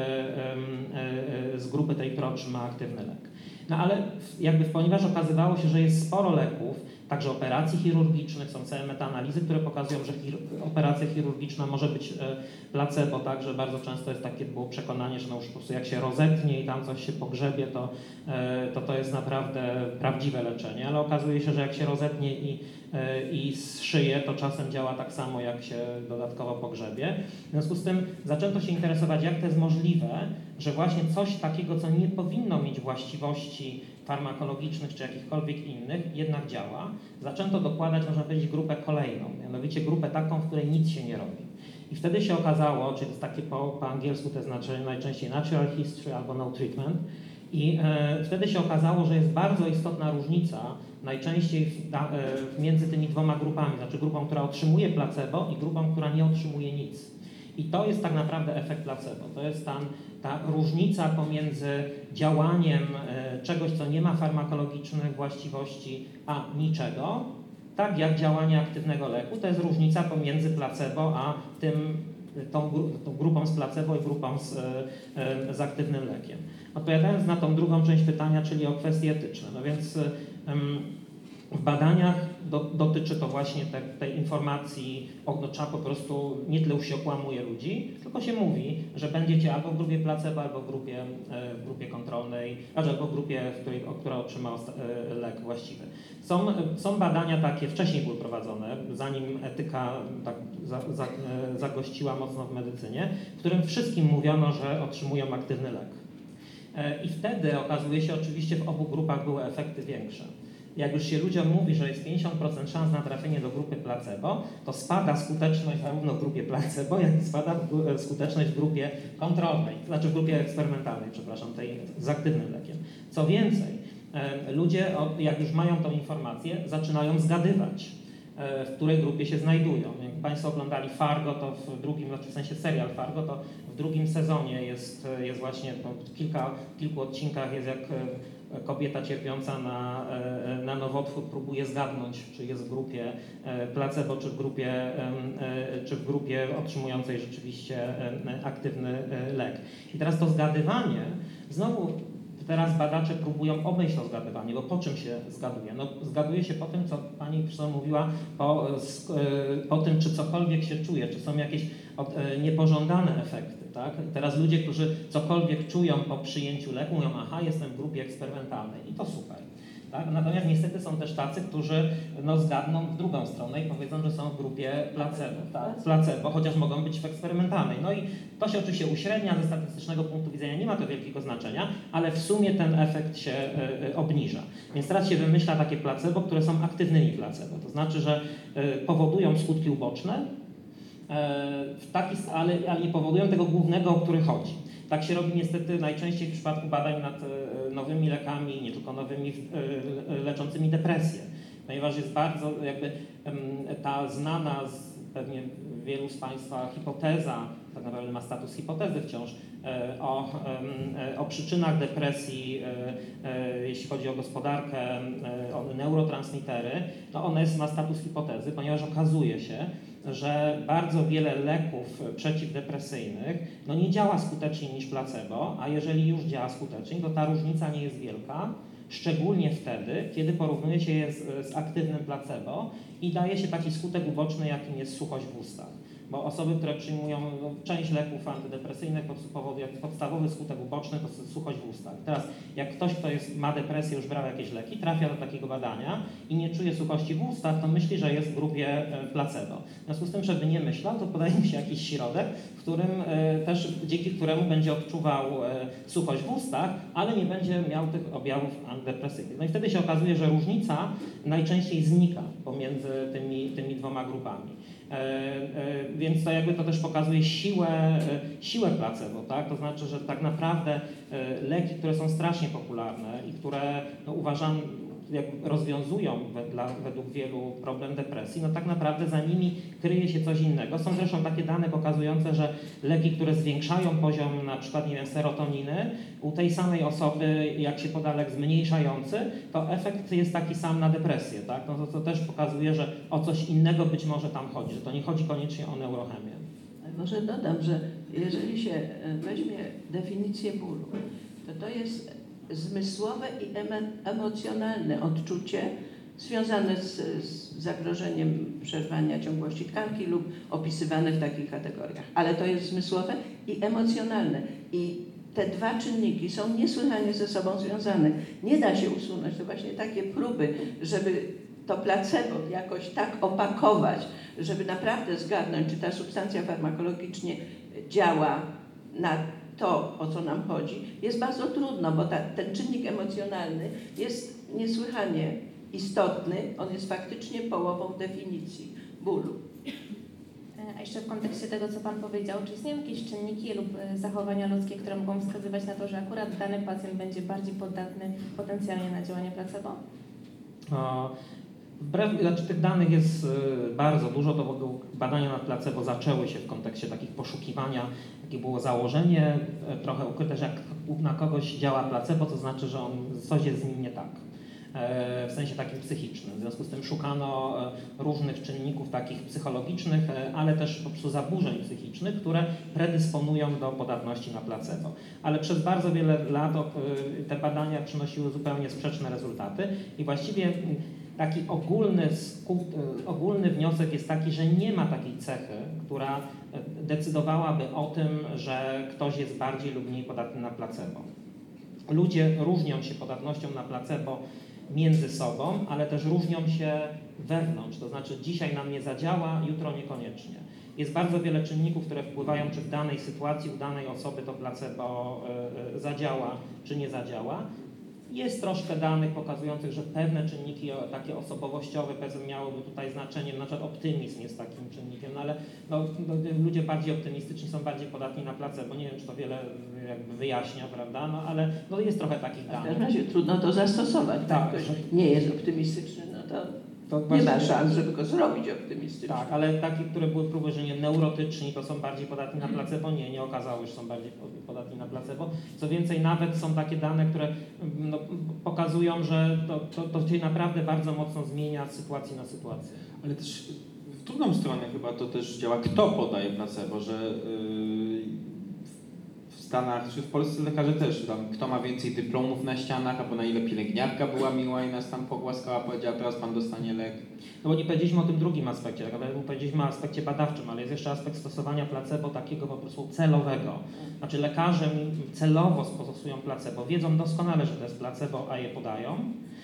z grupy tej, która otrzyma aktywny lek. No ale jakby ponieważ okazywało się, że jest sporo leków, także operacji chirurgicznych, są całe metaanalizy, które pokazują, że chir- operacja chirurgiczna może być placebo, także bardzo często jest takie było przekonanie, że no już po prostu jak się rozetnie i tam coś się pogrzebie, to to, to jest naprawdę prawdziwe leczenie, ale okazuje się, że jak się rozetnie i, i zszyje, to czasem działa tak samo, jak się dodatkowo pogrzebie. W związku z tym zaczęto się interesować, jak to jest możliwe, że właśnie coś takiego, co nie powinno mieć właściwości farmakologicznych czy jakichkolwiek innych, jednak działa. Zaczęto dokładać, można powiedzieć, grupę kolejną, mianowicie grupę taką, w której nic się nie robi. I wtedy się okazało, czyli to jest takie po, po angielsku to znaczy najczęściej natural history albo no treatment, i e, wtedy się okazało, że jest bardzo istotna różnica najczęściej w, da, e, między tymi dwoma grupami, znaczy grupą, która otrzymuje placebo i grupą, która nie otrzymuje nic. I to jest tak naprawdę efekt placebo. To jest tam ta różnica pomiędzy działaniem e, czegoś, co nie ma farmakologicznych właściwości, a niczego, tak jak działanie aktywnego leku. To jest różnica pomiędzy placebo a tym, tą, tą grupą z placebo i grupą z, e, z aktywnym lekiem. Odpowiadając na tą drugą część pytania, czyli o kwestie etyczne. No więc w badaniach do, dotyczy to właśnie te, tej informacji, no, trzeba po prostu, nie tyle już się okłamuje ludzi, tylko się mówi, że będziecie albo w grupie placebo, albo w grupie, w grupie kontrolnej, albo w grupie, w której, która otrzyma lek właściwy. Są, są badania takie, wcześniej były prowadzone, zanim etyka tak za, za, zagościła mocno w medycynie, w którym wszystkim mówiono, że otrzymują aktywny lek. I wtedy okazuje się, oczywiście w obu grupach były efekty większe. Jak już się ludziom mówi, że jest pięćdziesiąt procent szans na trafienie do grupy placebo, to spada skuteczność zarówno w grupie placebo, jak i spada skuteczność w grupie kontrolnej, znaczy w grupie eksperymentalnej, przepraszam, tej z aktywnym lekiem. Co więcej, ludzie, jak już mają tą informację, zaczynają zgadywać. w której grupie się znajdują. Jak Państwo oglądali Fargo, to w drugim, znaczy w sensie serial Fargo, to w drugim sezonie jest, jest właśnie no, kilka, kilku odcinkach jest jak kobieta cierpiąca na, na nowotwór próbuje zgadnąć, czy jest w grupie placebo, czy w grupie, czy w grupie otrzymującej rzeczywiście aktywny lek. I teraz to zgadywanie, znowu teraz badacze próbują obejść to zgadywanie, bo po czym się zgaduje? No, zgaduje się po tym, co pani profesor mówiła, po, po tym, czy cokolwiek się czuje, czy są jakieś niepożądane efekty. Tak? Teraz ludzie, którzy cokolwiek czują po przyjęciu leku, mówią, aha, jestem w grupie eksperymentalnej i to super. Tak? Natomiast niestety są też tacy, którzy no, zgadną w drugą stronę i powiedzą, że są w grupie placebo, tak? placebo, chociaż mogą być w eksperymentalnej. No i to się oczywiście uśrednia, ze statystycznego punktu widzenia nie ma to wielkiego znaczenia, ale w sumie ten efekt się y, obniża. Więc teraz się wymyśla takie placebo, które są aktywnymi placebo. To znaczy, że y, powodują skutki uboczne, w taki, ale, ale nie powodują tego głównego, o który chodzi. Tak się robi niestety najczęściej w przypadku badań nad nowymi lekami, nie tylko nowymi, leczącymi depresję. Ponieważ jest bardzo jakby ta znana z pewnie wielu z Państwa hipoteza, tak naprawdę ma status hipotezy wciąż, o, o przyczynach depresji, jeśli chodzi o gospodarkę, o neurotransmitery, no ona jest, ma status hipotezy, ponieważ okazuje się, że bardzo wiele leków przeciwdepresyjnych no nie działa skuteczniej niż placebo, a jeżeli już działa skuteczniej, to ta różnica nie jest wielka, szczególnie wtedy, kiedy porównuje się je z, z aktywnym placebo i daje się taki skutek uboczny, jakim jest suchość w ustach. Bo osoby, które przyjmują no, część leków antydepresyjnych powoduje podstawowy skutek uboczny to jest suchość w ustach. Teraz jak ktoś, kto jest, ma depresję, już brał jakieś leki, trafia do takiego badania i nie czuje suchości w ustach, to myśli, że jest w grupie placebo. W związku z tym, żeby nie myślał, to podaje mu się jakiś środek, w którym e, też dzięki któremu będzie odczuwał e, suchość w ustach, ale nie będzie miał tych objawów antydepresyjnych. No i wtedy się okazuje, że różnica najczęściej znika pomiędzy tymi, tymi dwoma grupami. E, e, więc to jakby to też pokazuje siłę, e, siłę placebo, tak? To znaczy, że tak naprawdę e, leki, które są strasznie popularne i które no, uważam, jak rozwiązują wedla, według wielu problem depresji, no tak naprawdę za nimi kryje się coś innego. Są zresztą takie dane pokazujące, że leki, które zwiększają poziom na przykład nie wiem, serotoniny, u tej samej osoby, jak się poda lek zmniejszający, to efekt jest taki sam na depresję. Tak? No to, to też pokazuje, że o coś innego być może tam chodzi, że to nie chodzi koniecznie o neurochemię. Może dodam, że jeżeli się weźmie definicję bólu, to to jest zmysłowe i emocjonalne odczucie związane z, z zagrożeniem przerwania ciągłości tkanki lub opisywane w takich kategoriach. Ale to jest zmysłowe i emocjonalne. I te dwa czynniki są niesłychanie ze sobą związane. Nie da się usunąć. To właśnie takie próby, żeby to placebo jakoś tak opakować, żeby naprawdę zgadnąć, czy ta substancja farmakologicznie działa na to, o co nam chodzi, jest bardzo trudno, bo ta, ten czynnik emocjonalny jest niesłychanie istotny. On jest faktycznie połową definicji bólu. A jeszcze w kontekście tego, co Pan powiedział, czy istnieją jakieś czynniki lub zachowania ludzkie, które mogą wskazywać na to, że akurat dany pacjent będzie bardziej podatny potencjalnie na działanie placebo? A... Wbrew, znaczy tych danych jest bardzo dużo, to w ogóle badania nad placebo zaczęły się w kontekście takich poszukiwania, jakie było założenie, trochę ukryte, że jak na kogoś działa placebo, to znaczy, że on, coś jest z nim nie tak, w sensie takim psychicznym. W związku z tym szukano różnych czynników takich psychologicznych, ale też po prostu zaburzeń psychicznych, które predysponują do podatności na placebo. Ale przez bardzo wiele lat te badania przynosiły zupełnie sprzeczne rezultaty i właściwie taki ogólny, ogólny wniosek jest taki, że nie ma takiej cechy, która decydowałaby o tym, że ktoś jest bardziej lub mniej podatny na placebo. Ludzie różnią się podatnością na placebo między sobą, ale też różnią się wewnątrz, to znaczy dzisiaj na mnie zadziała, jutro niekoniecznie. Jest bardzo wiele czynników, które wpływają, czy w danej sytuacji u danej osoby to placebo zadziała, czy nie zadziała. Jest troszkę danych pokazujących, że pewne czynniki takie osobowościowe powiedzmy miałyby tutaj znaczenie, na przykład optymizm jest takim czynnikiem, no ale no, no, ludzie bardziej optymistyczni są bardziej podatni na placebo. Nie wiem, czy to wiele jakby wyjaśnia, prawda, no ale no, jest trochę takich danych. W każdym razie trudno to zastosować, tak? Tak. Ktoś nie jest optymistyczny, no to To Nie właśnie- ma szans, żeby go zrobić optymistycznie. Tak, ale takie, które były próby, że nie neurotyczni, to są bardziej podatni na placebo. Nie, nie okazało się, że są bardziej podatni na placebo. Co więcej, nawet są takie dane, które no, pokazują, że to, to, to się naprawdę bardzo mocno zmienia z sytuacji na sytuację. Ale też w drugą stronę chyba to też działa, kto podaje placebo, że yy, w Stanach czy w Polsce lekarze też, tam, kto ma więcej dyplomów na ścianach, albo na ile pielęgniarka była miła i nas tam pogłaskała, powiedziała, teraz pan dostanie lek. No bo nie powiedzieliśmy o tym drugim aspekcie, tak naprawdę powiedzieliśmy o aspekcie badawczym, ale jest jeszcze aspekt stosowania placebo takiego po prostu celowego. Znaczy lekarze celowo stosują placebo, wiedzą doskonale, że to jest placebo, a je podają.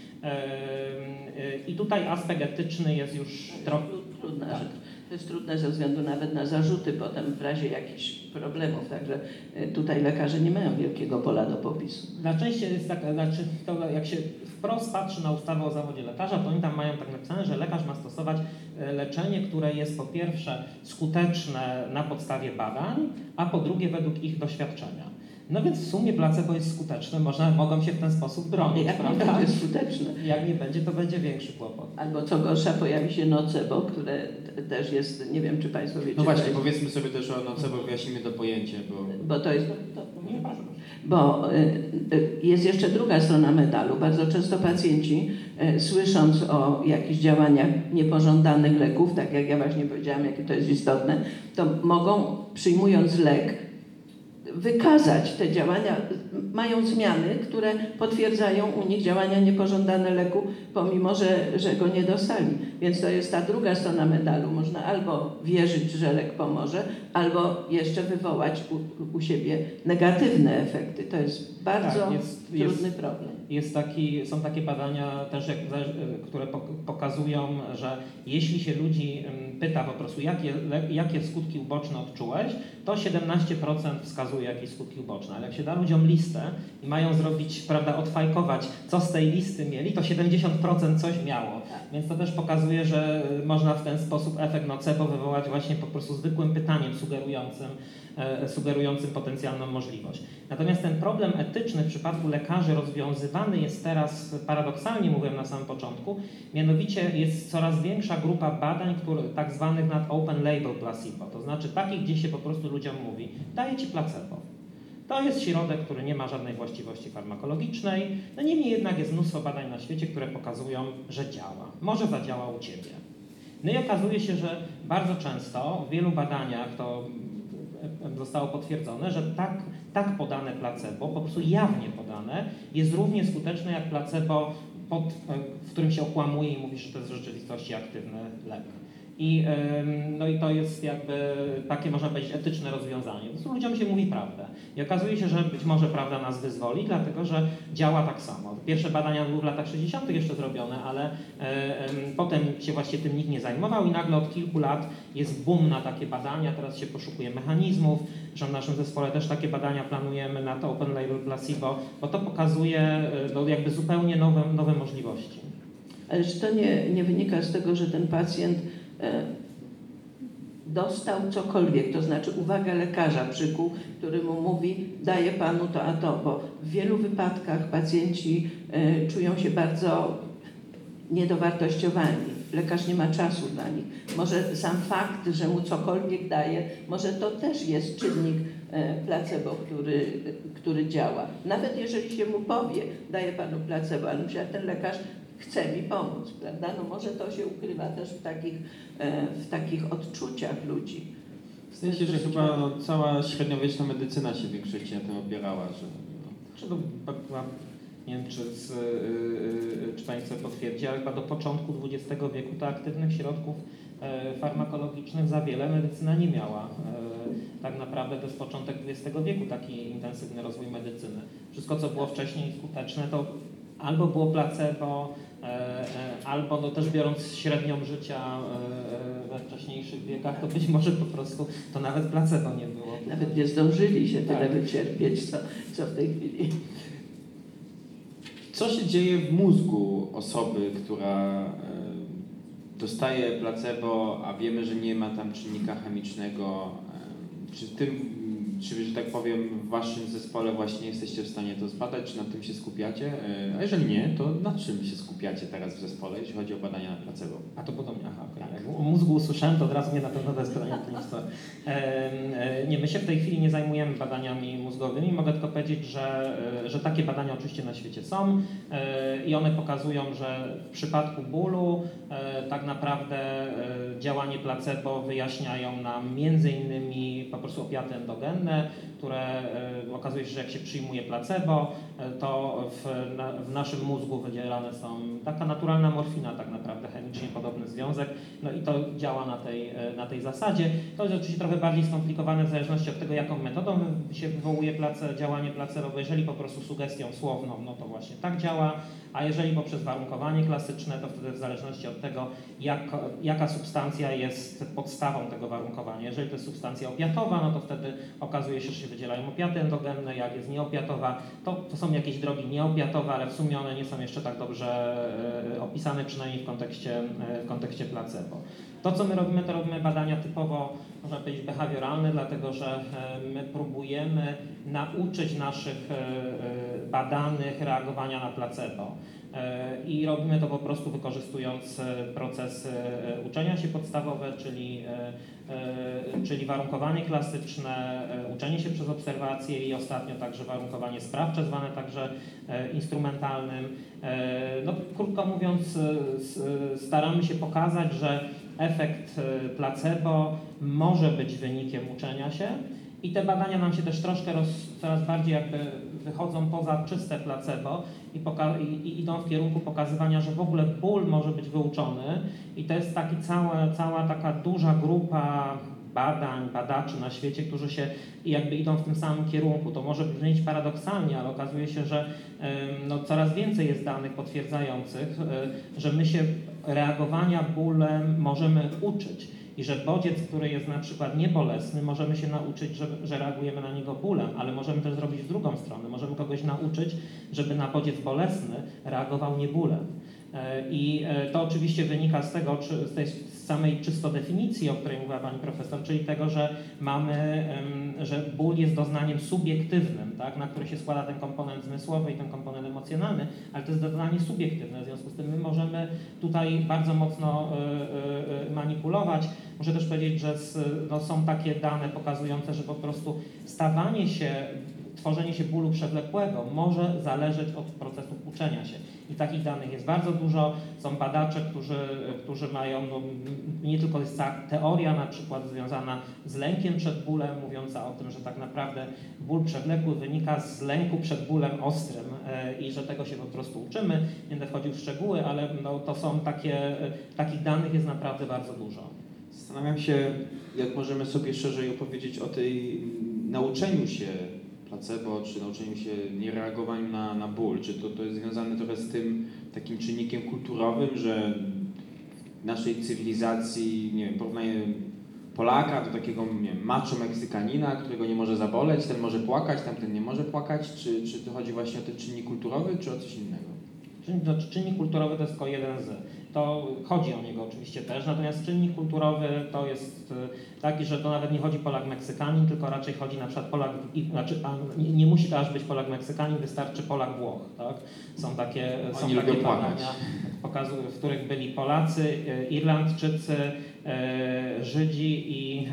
I tutaj aspekt etyczny jest już trochę... Trudne, tak. że to jest trudne ze względu nawet na zarzuty potem w razie jakichś problemów, także tutaj lekarze nie mają wielkiego pola do popisu. Na szczęście jest tak, znaczy to jak się wprost patrzy na ustawę o zawodzie lekarza, to oni tam mają tak napisane, że lekarz ma stosować leczenie, które jest po pierwsze skuteczne na podstawie badań, a po drugie według ich doświadczenia. No więc w sumie placebo jest skuteczne, można, mogą się w ten sposób bronić, Jak nie prawda? będzie skuteczne. Jak nie będzie, to będzie większy kłopot. Albo co gorsza, pojawi się nocebo, które t- też jest, nie wiem czy Państwo wiecie. No właśnie, to jest, powiedzmy sobie też o nocebo, wyjaśnimy to pojęcie, bo... bo to jest... To, bo y, y, jest jeszcze druga strona medalu. Bardzo często pacjenci, y, słysząc o jakichś działaniach niepożądanych leków, tak jak ja właśnie powiedziałam, jakie to jest istotne, to mogą, przyjmując lek, wykazać te działania, mają zmiany, które potwierdzają u nich działania niepożądane leku, pomimo że, że go nie dostali. Więc to jest ta druga strona medalu. Można albo wierzyć, że lek pomoże, albo jeszcze wywołać u, u siebie negatywne efekty. To jest bardzo Tak, jest, trudny jest, problem. Jest taki, są takie badania też, jak, które pokazują, że jeśli się ludzi pyta po prostu, jakie, jakie skutki uboczne odczułeś, to siedemnaście procent wskazuje jakieś skutki uboczne. Ale jak się da ludziom listę i mają zrobić, prawda, odfajkować, co z tej listy mieli, to siedemdziesiąt procent coś miało. Więc to też pokazuje, że można w ten sposób efekt nocebo wywołać właśnie po prostu zwykłym pytaniem sugerującym, e, sugerującym potencjalną możliwość. Natomiast ten problem etyczny w przypadku lekarzy rozwiązywany jest teraz, paradoksalnie mówiłem na samym początku, mianowicie jest coraz większa grupa badań, które, tak zwanych nad open label placebo, to znaczy takich, gdzie się po prostu ludziom mówi, daję ci placebo. To jest środek, który nie ma żadnej właściwości farmakologicznej, no niemniej jednak jest mnóstwo badań na świecie, które pokazują, że działa. Może zadziała u Ciebie. No i okazuje się, że bardzo często w wielu badaniach to zostało potwierdzone, że tak, tak podane placebo, po prostu jawnie podane, jest równie skuteczne jak placebo, pod, w którym się okłamuje i mówi, że to jest w rzeczywistości aktywny lek. I, no i to jest jakby takie, można powiedzieć, etyczne rozwiązanie. Po prostu ludziom się mówi prawdę. I okazuje się, że być może prawda nas wyzwoli, dlatego że działa tak samo. Pierwsze badania były w latach sześćdziesiątych jeszcze zrobione, ale e, e, potem się właśnie tym nikt nie zajmował i nagle od kilku lat jest boom na takie badania. Teraz się poszukuje mechanizmów. Zresztą w naszym zespole też takie badania planujemy nad open label placebo, bo to pokazuje no, jakby zupełnie nowe, nowe możliwości. Ale czy to nie, nie wynika z tego, że ten pacjent dostał cokolwiek, to znaczy uwagę lekarza przykuł, który mu mówi, daję panu to a to, bo w wielu wypadkach pacjenci y, czują się bardzo niedowartościowani. Lekarz nie ma czasu dla nich. Może sam fakt, że mu cokolwiek daje, może to też jest czynnik y, placebo, który, który działa. Nawet jeżeli się mu powie, daję panu placebo, ale myślę, że ten lekarz chce mi pomóc, prawda? No może to się ukrywa też w takich, w takich odczuciach ludzi. W sensie, że chyba no, cała średniowieczna medycyna się w większości na tym opierała, że... No. Czy to, nie wiem, czy, z, yy, czy Państwo potwierdzi, ale chyba do początku dwudziestego wieku to aktywnych środków e, farmakologicznych za wiele medycyna nie miała. E, tak naprawdę to jest początek dwudziestego wieku, taki intensywny rozwój medycyny. Wszystko, co było wcześniej skuteczne, to albo było placebo, e, e, albo no też biorąc średnią życia e, we wcześniejszych wiekach, to być może po prostu to nawet placebo nie było. Nawet nie zdążyli się tyle tak. wycierpieć, co, co w tej chwili. Co się dzieje w mózgu osoby, która e, dostaje placebo, a wiemy, że nie ma tam czynnika chemicznego? E, czy tym czy, że tak powiem, w waszym zespole właśnie jesteście w stanie to zbadać, czy nad tym się skupiacie? A jeżeli nie, to nad czym się skupiacie teraz w zespole, jeśli chodzi o badania na placebo? A to podobnie, aha, okej. Okay. Jak o mózgu usłyszałem, to od razu mnie na pewno to jest pytanie kliniczne. Nie, my się w tej chwili nie zajmujemy badaniami mózgowymi. Mogę tylko powiedzieć, że, że takie badania oczywiście na świecie są i one pokazują, że w przypadku bólu tak naprawdę działanie placebo wyjaśniają nam między innymi po prostu opiaty endogenne, które okazuje się, że jak się przyjmuje placebo, to w, na, w naszym mózgu wydzielane są taka naturalna morfina, tak naprawdę chemicznie podobny związek, no i to działa na tej, na tej zasadzie. To jest oczywiście trochę bardziej skomplikowane w zależności od tego, jaką metodą się wywołuje place, działanie placebo, bo jeżeli po prostu sugestią słowną, no to właśnie tak działa, a jeżeli poprzez warunkowanie klasyczne, to wtedy w zależności od tego, jak, jaka substancja jest podstawą tego warunkowania. Jeżeli to jest substancja opiatowa, no to wtedy okazuje się, że się wydzielają opiaty endogenne, jak jest nieopiatowa, to, to są jakieś drogi nieopiatowe, ale w sumie one nie są jeszcze tak dobrze e, opisane, przynajmniej w kontekście, e, w kontekście placebo. To, co my robimy, to robimy badania typowo, można powiedzieć, behawioralne, dlatego że e, my próbujemy nauczyć naszych e, badanych reagowania na placebo. I robimy to po prostu wykorzystując procesy uczenia się podstawowe, czyli, czyli warunkowanie klasyczne, uczenie się przez obserwacje i ostatnio także warunkowanie sprawcze, zwane także instrumentalnym. No, krótko mówiąc, staramy się pokazać, że efekt placebo może być wynikiem uczenia się. I te badania nam się też troszkę roz, coraz bardziej jakby wychodzą poza czyste placebo i, poka- i, i idą w kierunku pokazywania, że w ogóle ból może być wyuczony i to jest taki cała, cała taka duża grupa badań, badaczy na świecie, którzy się jakby idą w tym samym kierunku. To może brzmieć paradoksalnie, ale okazuje się, że no, coraz więcej jest danych potwierdzających, że my się reagowania bólem możemy uczyć. I że bodziec, który jest na przykład niebolesny, możemy się nauczyć, że, że reagujemy na niego bólem, ale możemy też zrobić w drugą stronę. Możemy kogoś nauczyć, żeby na bodziec bolesny reagował nie bólem. I to oczywiście wynika z tego, z tej samej czysto definicji, o której mówiła pani profesor, czyli tego, że mamy, że ból jest doznaniem subiektywnym, tak, na który się składa ten komponent zmysłowy i ten komponent emocjonalny, ale to jest doznanie subiektywne, w związku z tym my możemy tutaj bardzo mocno manipulować. Muszę też powiedzieć, że no, są takie dane pokazujące, że po prostu stawanie się, tworzenie się bólu przewlekłego może zależeć od procesów uczenia się. I takich danych jest bardzo dużo. Są badacze, którzy, którzy mają, no, nie tylko jest ta teoria na przykład związana z lękiem przed bólem, mówiąca o tym, że tak naprawdę ból przewlekły wynika z lęku przed bólem ostrym e, i że tego się po prostu uczymy. Nie będę wchodził w szczegóły, ale no, to są takie, takich danych jest naprawdę bardzo dużo. Zastanawiam się, jak możemy sobie szerzej opowiedzieć o tej nauczeniu się placebo, czy nauczeniu się niereagowaniu na, na ból. Czy to, to jest związane trochę z tym takim czynnikiem kulturowym, że w naszej cywilizacji, nie wiem, porównanie Polaka do takiego, nie wiem, macho Meksykanina, którego nie może zaboleć, ten może płakać, tamten nie może płakać. Czy, czy to chodzi właśnie o ten czynnik kulturowy, czy o coś innego? Czynnik, czynnik kulturowy to jest tylko jeden z. To chodzi o niego oczywiście też, natomiast czynnik kulturowy to jest taki, że to nawet nie chodzi Polak-Meksykanin, tylko raczej chodzi na przykład Polak, znaczy, a nie, nie musi to aż być Polak-Meksykanin, wystarczy Polak-Włoch, tak? Są takie, są takie badania, w których byli Polacy, Irlandczycy, Żydzi i,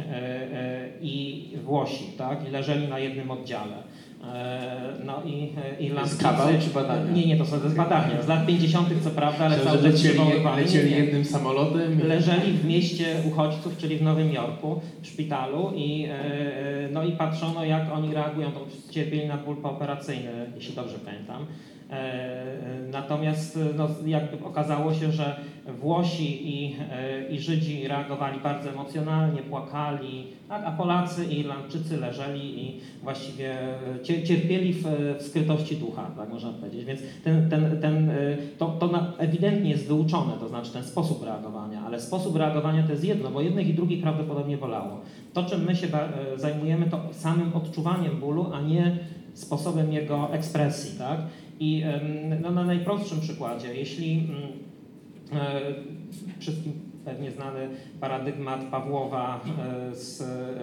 i Włosi, tak? I leżeli na jednym oddziale. No i Irlandczycy... To jest kawał czy badania? Nie, nie, to są to badania. Z lat pięćdziesiątych co prawda, ale cały czas przywoływali. Lecieli jednym samolotem? Leżeli w mieście uchodźców, czyli w Nowym Jorku, w szpitalu i, no i patrzono, jak oni reagują. To cierpieli na ból pooperacyjny, jeśli dobrze pamiętam. Natomiast no, jakby okazało się, że Włosi i, i Żydzi reagowali bardzo emocjonalnie, płakali, tak, a Polacy i Irlandczycy leżeli i właściwie cierpieli w, w skrytości ducha, tak można powiedzieć. Więc ten, ten, ten, to, to ewidentnie jest wyuczone, to znaczy ten sposób reagowania, ale sposób reagowania to jest jedno, bo jednych i drugich prawdopodobnie bolało. To, czym my się zajmujemy, to samym odczuwaniem bólu, a nie sposobem jego ekspresji, tak? I no, na najprostszym przykładzie, jeśli wszystkim pewnie znany paradygmat Pawłowa z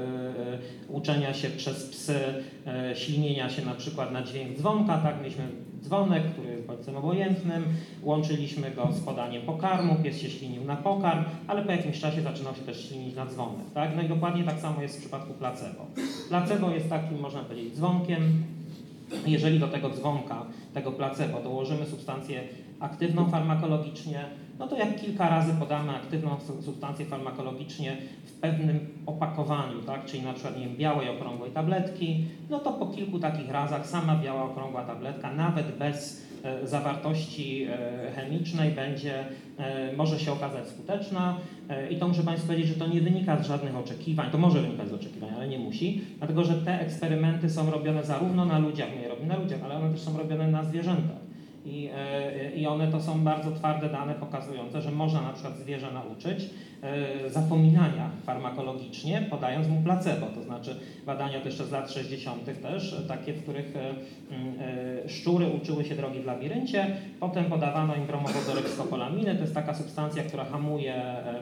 uczenia się przez psy, ślinienia się na przykład na dźwięk dzwonka, tak, mieliśmy dzwonek, który jest bodźcem obojętnym, łączyliśmy go z podaniem pokarmu, pies się ślinił na pokarm, ale po jakimś czasie zaczynał się też ślinić na dzwonek, tak? No i dokładnie tak samo jest w przypadku placebo. Placebo jest takim, można powiedzieć, dzwonkiem. Jeżeli do tego dzwonka, tego placebo dołożymy substancję aktywną farmakologicznie, no to jak kilka razy podamy aktywną substancję farmakologicznie w pewnym opakowaniu, tak, czyli na przykład nie wiem, białej, okrągłej tabletki, no to po kilku takich razach sama biała, okrągła tabletka, nawet bez e, zawartości e, chemicznej, będzie, e, może się okazać skuteczna. E, I to muszę Państwu powiedzieć, że to nie wynika z żadnych oczekiwań, to może wynikać z oczekiwań, ale nie musi, dlatego że te eksperymenty są robione zarówno na ludziach, my je robimy na ludziach, ale one też są robione na zwierzętach. I, I one to są bardzo twarde dane pokazujące, że można na przykład zwierzę nauczyć e, zapominania farmakologicznie, podając mu placebo. To znaczy badania to jeszcze z lat sześćdziesiątych też, takie, w których e, e, szczury uczyły się drogi w labiryncie, potem podawano im bromowodorykskopolaminy, to jest taka substancja, która hamuje, e,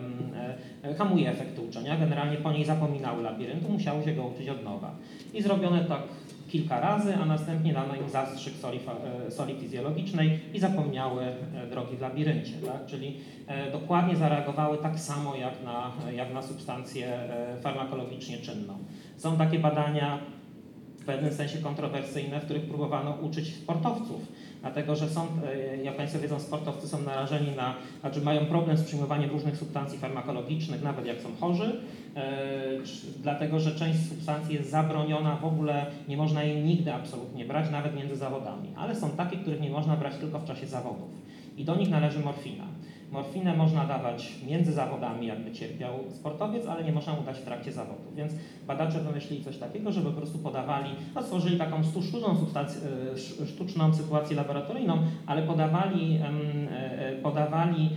e, hamuje efekty uczenia, generalnie po niej zapominały labiryntu, musiały się go uczyć od nowa. I zrobione tak kilka razy, a następnie dano im zastrzyk soli, soli fizjologicznej i zapomniały drogi w labiryncie, tak? Czyli e, dokładnie zareagowały tak samo jak na, jak na substancję e, farmakologicznie czynną. Są takie badania w pewnym sensie kontrowersyjne, w których próbowano uczyć sportowców, dlatego że są, jak Państwo wiedzą, sportowcy są narażeni na, znaczy mają problem z przyjmowaniem różnych substancji farmakologicznych, nawet jak są chorzy, e, dlatego że część substancji jest zabroniona, w ogóle nie można jej nigdy absolutnie brać, nawet między zawodami, ale są takie, których nie można brać tylko w czasie zawodów i do nich należy morfina. Morfinę można dawać między zawodami, jakby cierpiał sportowiec, ale nie można mu dać w trakcie zawodów. Więc badacze wymyślili coś takiego, żeby po prostu podawali, no stworzyli taką sztuczną, sztuczną sytuację laboratoryjną, ale podawali, podawali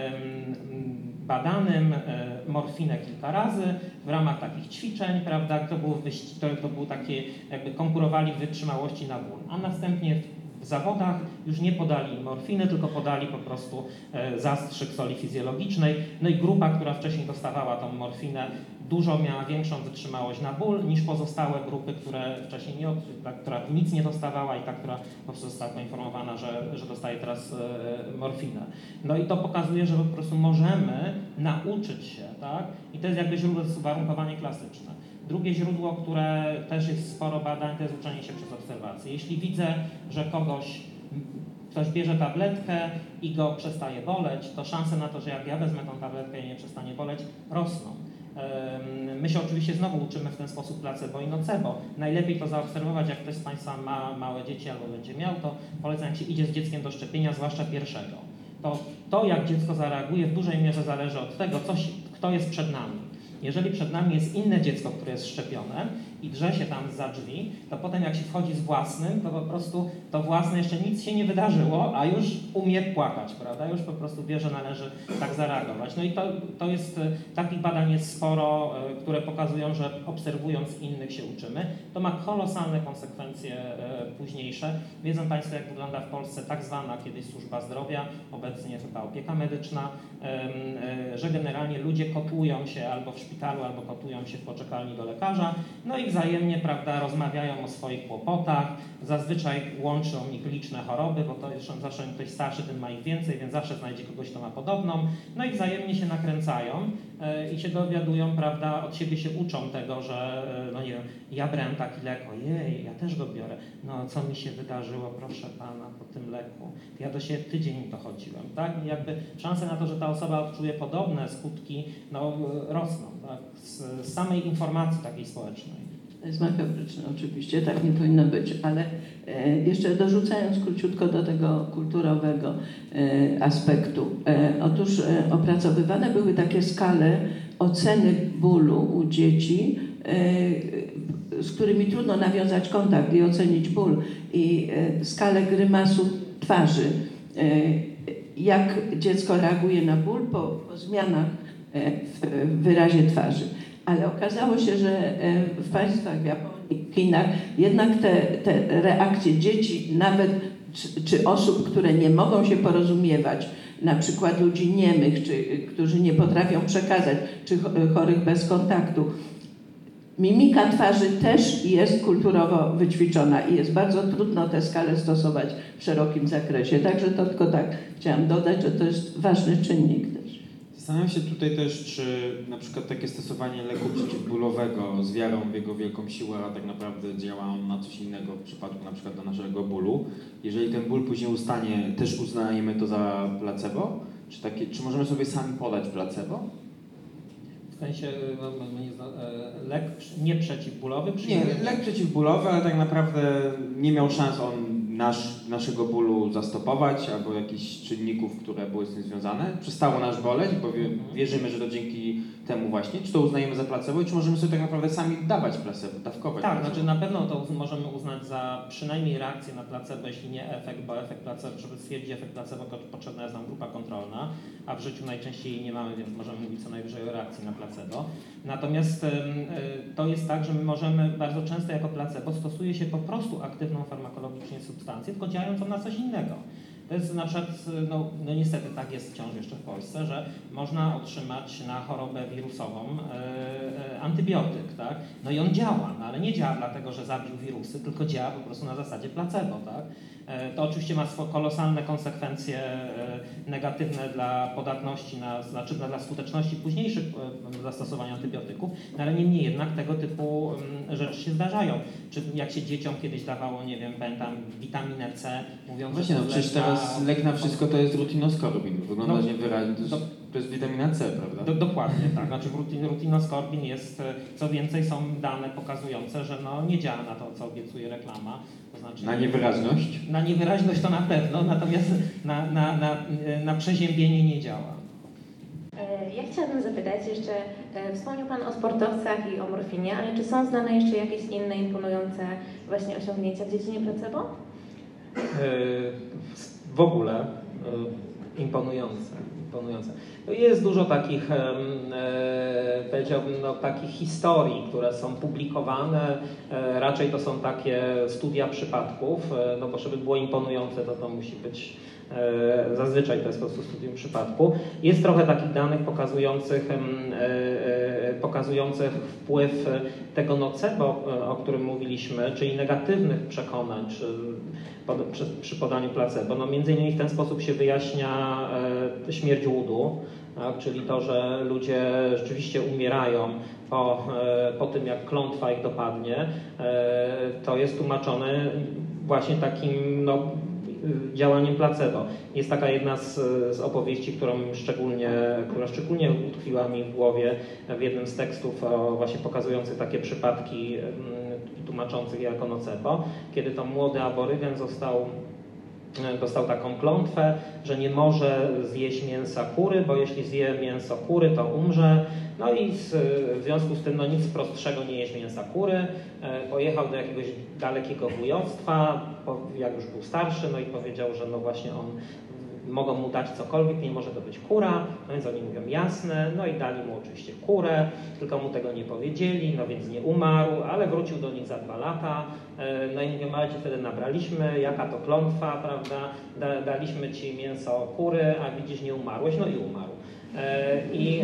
badanym morfinę kilka razy w ramach takich ćwiczeń, prawda, to było, to, to było takie, jakby konkurowali w wytrzymałości na ból, a następnie w zawodach już nie podali morfiny, tylko podali po prostu e, zastrzyk soli fizjologicznej. No i grupa, która wcześniej dostawała tą morfinę, dużo miała większą wytrzymałość na ból niż pozostałe grupy, które wcześniej nie, ta, która nic nie dostawała i ta, która po prostu została poinformowana, że, że dostaje teraz e, morfinę. No i to pokazuje, że po prostu możemy nauczyć się, tak? I to jest jakby źródło uwarunkowanie klasyczne. Drugie źródło, które też jest sporo badań, to jest uczenie się przez obserwację. Jeśli widzę, że kogoś, ktoś bierze tabletkę i go przestaje boleć, to szanse na to, że jak ja wezmę tą tabletkę i nie przestanie boleć, rosną. My się oczywiście znowu uczymy w ten sposób placebo i nocebo. Najlepiej to zaobserwować, jak ktoś z Państwa ma małe dzieci albo będzie miał, to polecam, jak się idzie z dzieckiem do szczepienia, zwłaszcza pierwszego. To, to jak dziecko zareaguje, w dużej mierze zależy od tego, coś, kto jest przed nami. Jeżeli przed nami jest inne dziecko, które jest szczepione i drze się tam zza drzwi, to potem jak się wchodzi z własnym, to po prostu to własne jeszcze nic się nie wydarzyło, a już umie płakać, prawda? Już po prostu wie, że należy tak zareagować. No i to, to jest, takich badań jest sporo, które pokazują, że obserwując innych się uczymy. To ma kolosalne konsekwencje późniejsze. Wiedzą Państwo, jak wygląda w Polsce tak zwana kiedyś służba zdrowia, obecnie chyba opieka medyczna, że generalnie ludzie kotują się albo w szpitalu, albo kotują się w poczekalni do lekarza, no i wzajemnie, prawda, rozmawiają o swoich kłopotach, zazwyczaj łączą ich liczne choroby, bo to jest zawsze ktoś starszy, ten ma ich więcej, więc zawsze znajdzie kogoś, kto ma podobną, no i wzajemnie się nakręcają yy, i się dowiadują, prawda, od siebie się uczą tego, że yy, no nie wiem, ja brałem taki lek, ojej, ja też go biorę, no co mi się wydarzyło, proszę Pana, po tym leku, ja do siebie tydzień dochodziłem, tak, i jakby szanse na to, że ta osoba odczuje podobne skutki, no rosną, tak, z, z samej informacji takiej społecznej. To jest makabryczne oczywiście, tak nie powinno być, ale e, jeszcze dorzucając króciutko do tego kulturowego e, aspektu. E, otóż e, opracowywane były takie skale oceny bólu u dzieci, e, z którymi trudno nawiązać kontakt i ocenić ból, i e, skalę grymasu twarzy. E, jak dziecko reaguje na ból po, po zmianach e, w, w wyrazie twarzy. Ale okazało się, że w państwach, w Japonii, kinach, jednak te, te reakcje dzieci, nawet czy, czy osób, które nie mogą się porozumiewać, na przykład ludzi niemych, czy którzy nie potrafią przekazać, czy chorych bez kontaktu. Mimika twarzy też jest kulturowo wyćwiczona i jest bardzo trudno tę skalę stosować w szerokim zakresie. Także to tylko tak chciałam dodać, że to jest ważny czynnik też. Zastanawiam się tutaj też, czy na przykład takie stosowanie leku przeciwbólowego z wiarą w jego wielką siłę, a tak naprawdę działa on na coś innego w przypadku na przykład do naszego bólu. Jeżeli ten ból później ustanie, też uznajemy to za placebo? Czy, takie, czy możemy sobie sami podać placebo? W sensie lek nie przeciwbólowy? Nie, lek przeciwbólowy, ale tak naprawdę nie miał szans on nasz, naszego bólu zastopować albo jakichś czynników, które były z tym związane. Przestało nas boleć, bo wie, wierzymy, że to dzięki temu właśnie. Czy to uznajemy za placebo i czy możemy sobie tak naprawdę sami dawać placebo, dawkować Tak, placebo? znaczy na pewno to możemy uznać za przynajmniej reakcję na placebo, jeśli nie efekt, bo efekt placebo, żeby stwierdzić efekt placebo, to potrzebna jest nam grupa kontrolna, a w życiu najczęściej jej nie mamy, więc możemy mówić co najwyżej o reakcji na placebo. Natomiast y, to jest tak, że my możemy bardzo często jako placebo stosuje się po prostu aktywną farmakologicznie substancję, tylko działającą na coś innego. To jest na przykład, no, no niestety tak jest wciąż jeszcze w Polsce, że można otrzymać na chorobę wirusową e, e, antybiotyk, tak? No i on działa, no, ale nie działa dlatego, że zabił wirusy, tylko działa po prostu na zasadzie placebo, tak? E, to oczywiście ma swoje kolosalne konsekwencje e, negatywne dla podatności, na, znaczy dla skuteczności późniejszych e, zastosowania antybiotyków, no, ale niemniej jednak tego typu m, rzeczy się zdarzają. Czy jak się dzieciom kiedyś dawało, nie wiem, pamiętam, witaminę C, mówiąc, Właśnie, że no przecież teraz lek na wszystko to jest rutinoskorbin. Wygląda no, niewyraźnie, to, jest, to jest witamina C, prawda? Do, dokładnie, tak. Znaczy rutinoskorbin jest, co więcej są dane pokazujące, że no, nie działa na to, co obiecuje reklama. To znaczy, na niewyraźność? Na niewyraźność to na pewno, natomiast na, na, na, na przeziębienie nie działa. Ja chciałabym zapytać jeszcze, wspomniał Pan o sportowcach i o morfinie, ale czy są znane jeszcze jakieś inne imponujące właśnie osiągnięcia w dziedzinie placebo? W ogóle imponujące. imponujące. Jest dużo takich, e, powiedziałbym, no, takich historii, które są publikowane. E, raczej to są takie studia przypadków, e, no bo żeby było imponujące, to to musi być e, zazwyczaj to jest po prostu studium przypadku. Jest trochę takich danych pokazujących, e, e, pokazujących wpływ tego nocebo, o którym mówiliśmy, czyli negatywnych przekonań, czy pod, przy, przy podaniu placebo. No, między innymi w ten sposób się wyjaśnia e, śmierć łudu. Tak, czyli to, że ludzie rzeczywiście umierają po, po tym, jak klątwa ich dopadnie, to jest tłumaczone właśnie takim no, działaniem placebo. Jest taka jedna z, z opowieści, którą szczególnie, która szczególnie utkwiła mi w głowie w jednym z tekstów o, właśnie pokazujących takie przypadki tłumaczących je jako nocebo, kiedy to młody aborygen został dostał taką klątwę, że nie może zjeść mięsa kury, bo jeśli zje mięso kury, to umrze. No i z, w związku z tym no nic prostszego nie jeść mięsa kury. Pojechał do jakiegoś dalekiego wujostwa, jak już był starszy, no i powiedział, że no właśnie on mogą mu dać cokolwiek, nie może to być kura, no więc oni mówią jasne, no i dali mu oczywiście kurę, tylko mu tego nie powiedzieli, no więc nie umarł, ale wrócił do nich za dwa lata, no i mówią, ale cię wtedy nabraliśmy, jaka to klątwa, prawda, da, daliśmy ci mięso kury, a widzisz, nie umarłeś, no i umarł. I,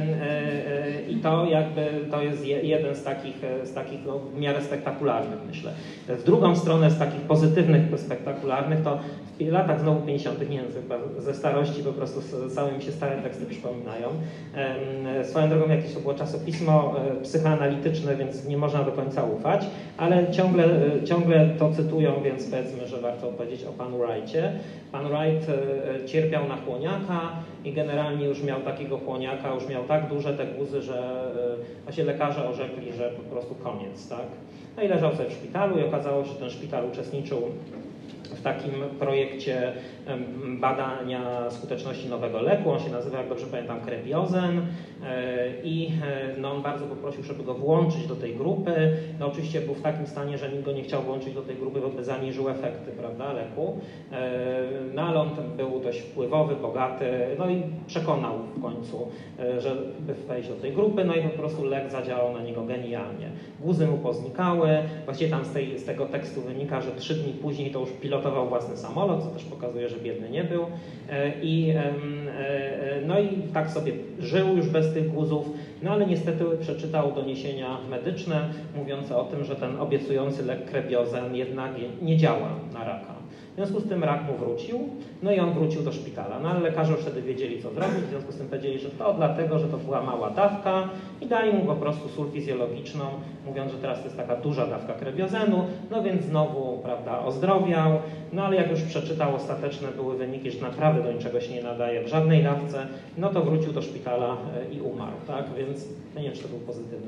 I to jakby to jest jeden z takich, z takich no, w miarę spektakularnych, myślę. W drugą stronę z takich pozytywnych, spektakularnych to w latach znowu pięćdziesiątych, nie wiem, ze starości po prostu całe mi się stare teksty przypominają. Swoją drogą jakieś to było czasopismo psychoanalityczne, więc nie można do końca ufać, ale ciągle, ciągle to cytują, więc powiedzmy, że warto powiedzieć o panu Wrightie. Pan Wright cierpiał na chłoniaka i generalnie już miał takiego chłoniaka, już miał tak duże te guzy, że właśnie lekarze orzekli, że po prostu koniec, tak? No i leżał sobie w szpitalu i okazało się, że ten szpital uczestniczył w takim projekcie badania skuteczności nowego leku. On się nazywa, jak dobrze pamiętam, Krebiozen i no, on bardzo poprosił, żeby go włączyć do tej grupy. No, oczywiście był w takim stanie, że nikt go nie chciał włączyć do tej grupy, bo by zaniżył efekty, prawda, leku. No ale on był dość wpływowy, bogaty, no i przekonał w końcu, żeby wejść do tej grupy, no i po prostu lek zadziałał na niego genialnie. Guzy mu poznikały, właściwie tam z, tej, z tego tekstu wynika, że trzy dni później to już pilotował własny samolot, co też pokazuje, że biedny nie był. I, no i tak sobie żył już bez tych guzów, no ale niestety przeczytał doniesienia medyczne mówiące o tym, że ten obiecujący lek Krebiozen jednak nie działa na raka. W związku z tym rak mu wrócił, no i on wrócił do szpitala. No ale lekarze już wtedy wiedzieli, co zrobić, w związku z tym powiedzieli, że to dlatego, że to była mała dawka i dali mu po prostu sól fizjologiczną, mówiąc, że teraz to jest taka duża dawka Krebiozenu, no więc znowu, prawda, ozdrowiał, no ale jak już przeczytał, ostateczne były wyniki, że naprawdę do niczego się nie nadaje w żadnej dawce, no to wrócił do szpitala i umarł, tak, więc no nie wiem, czy to był pozytywny.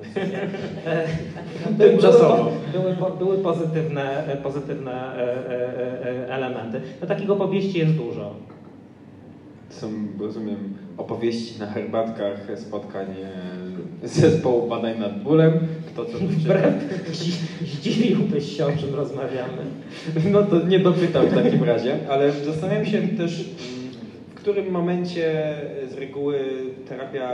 Tymczasowo. Były, były, były pozytywne, pozytywne elementy. No takich opowieści jest dużo. Są, rozumiem, opowieści na herbatkach, spotkań zespołu badań nad bólem. Kto co tu Wbrew, zdziwiłbyś się, o czym rozmawiamy. No to nie dopytam w takim razie, ale zastanawiam się też, w którym momencie z reguły terapia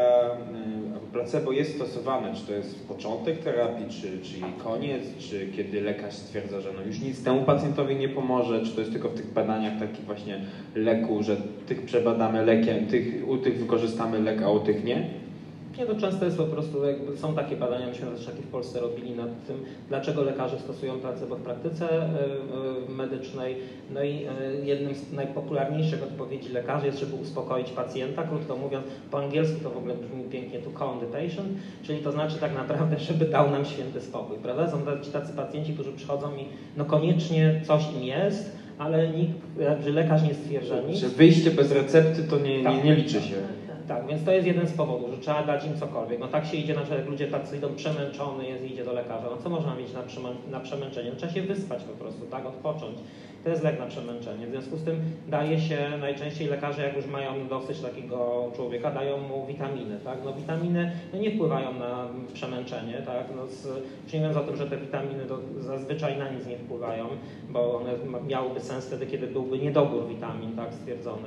placebo jest stosowane. Czy to jest początek terapii, czy, czy jej koniec, czy kiedy lekarz stwierdza, że no już nic temu pacjentowi nie pomoże, czy to jest tylko w tych badaniach takich właśnie leku, że tych przebadamy lekiem, tych, u tych wykorzystamy lek, a u tych nie? Nie, to często jest po prostu, jakby są takie badania, myśmy też takie w Polsce robili nad tym, dlaczego lekarze stosują placebo w praktyce medycznej. No i jednym z najpopularniejszych odpowiedzi lekarzy jest, żeby uspokoić pacjenta. Krótko mówiąc, po angielsku to w ogóle brzmi pięknie to calm the patient, czyli to znaczy tak naprawdę, żeby dał nam święty spokój, prawda? Są tacy pacjenci, którzy przychodzą i no koniecznie coś im jest, ale nikt, jakby lekarz nie stwierdza nic. Że wyjście bez recepty to nie, nie, nie liczy się. Tak, więc to jest jeden z powodów, że trzeba dać im cokolwiek. No tak się idzie, na przykład jak ludzie tacy idą przemęczony, jest, idzie do lekarza, no co można mieć na, przemę na przemęczenie? No, trzeba się wyspać po prostu, tak, odpocząć. To jest lek na przemęczenie. W związku z tym daje się, najczęściej lekarze, jak już mają dosyć takiego człowieka, dają mu witaminy, tak. No witaminy no, nie wpływają na przemęczenie, tak. No, z, przyjmując o tym, że te witaminy do, zazwyczaj na nic nie wpływają, bo one miałyby sens wtedy, kiedy byłby niedobór witamin, tak, stwierdzony.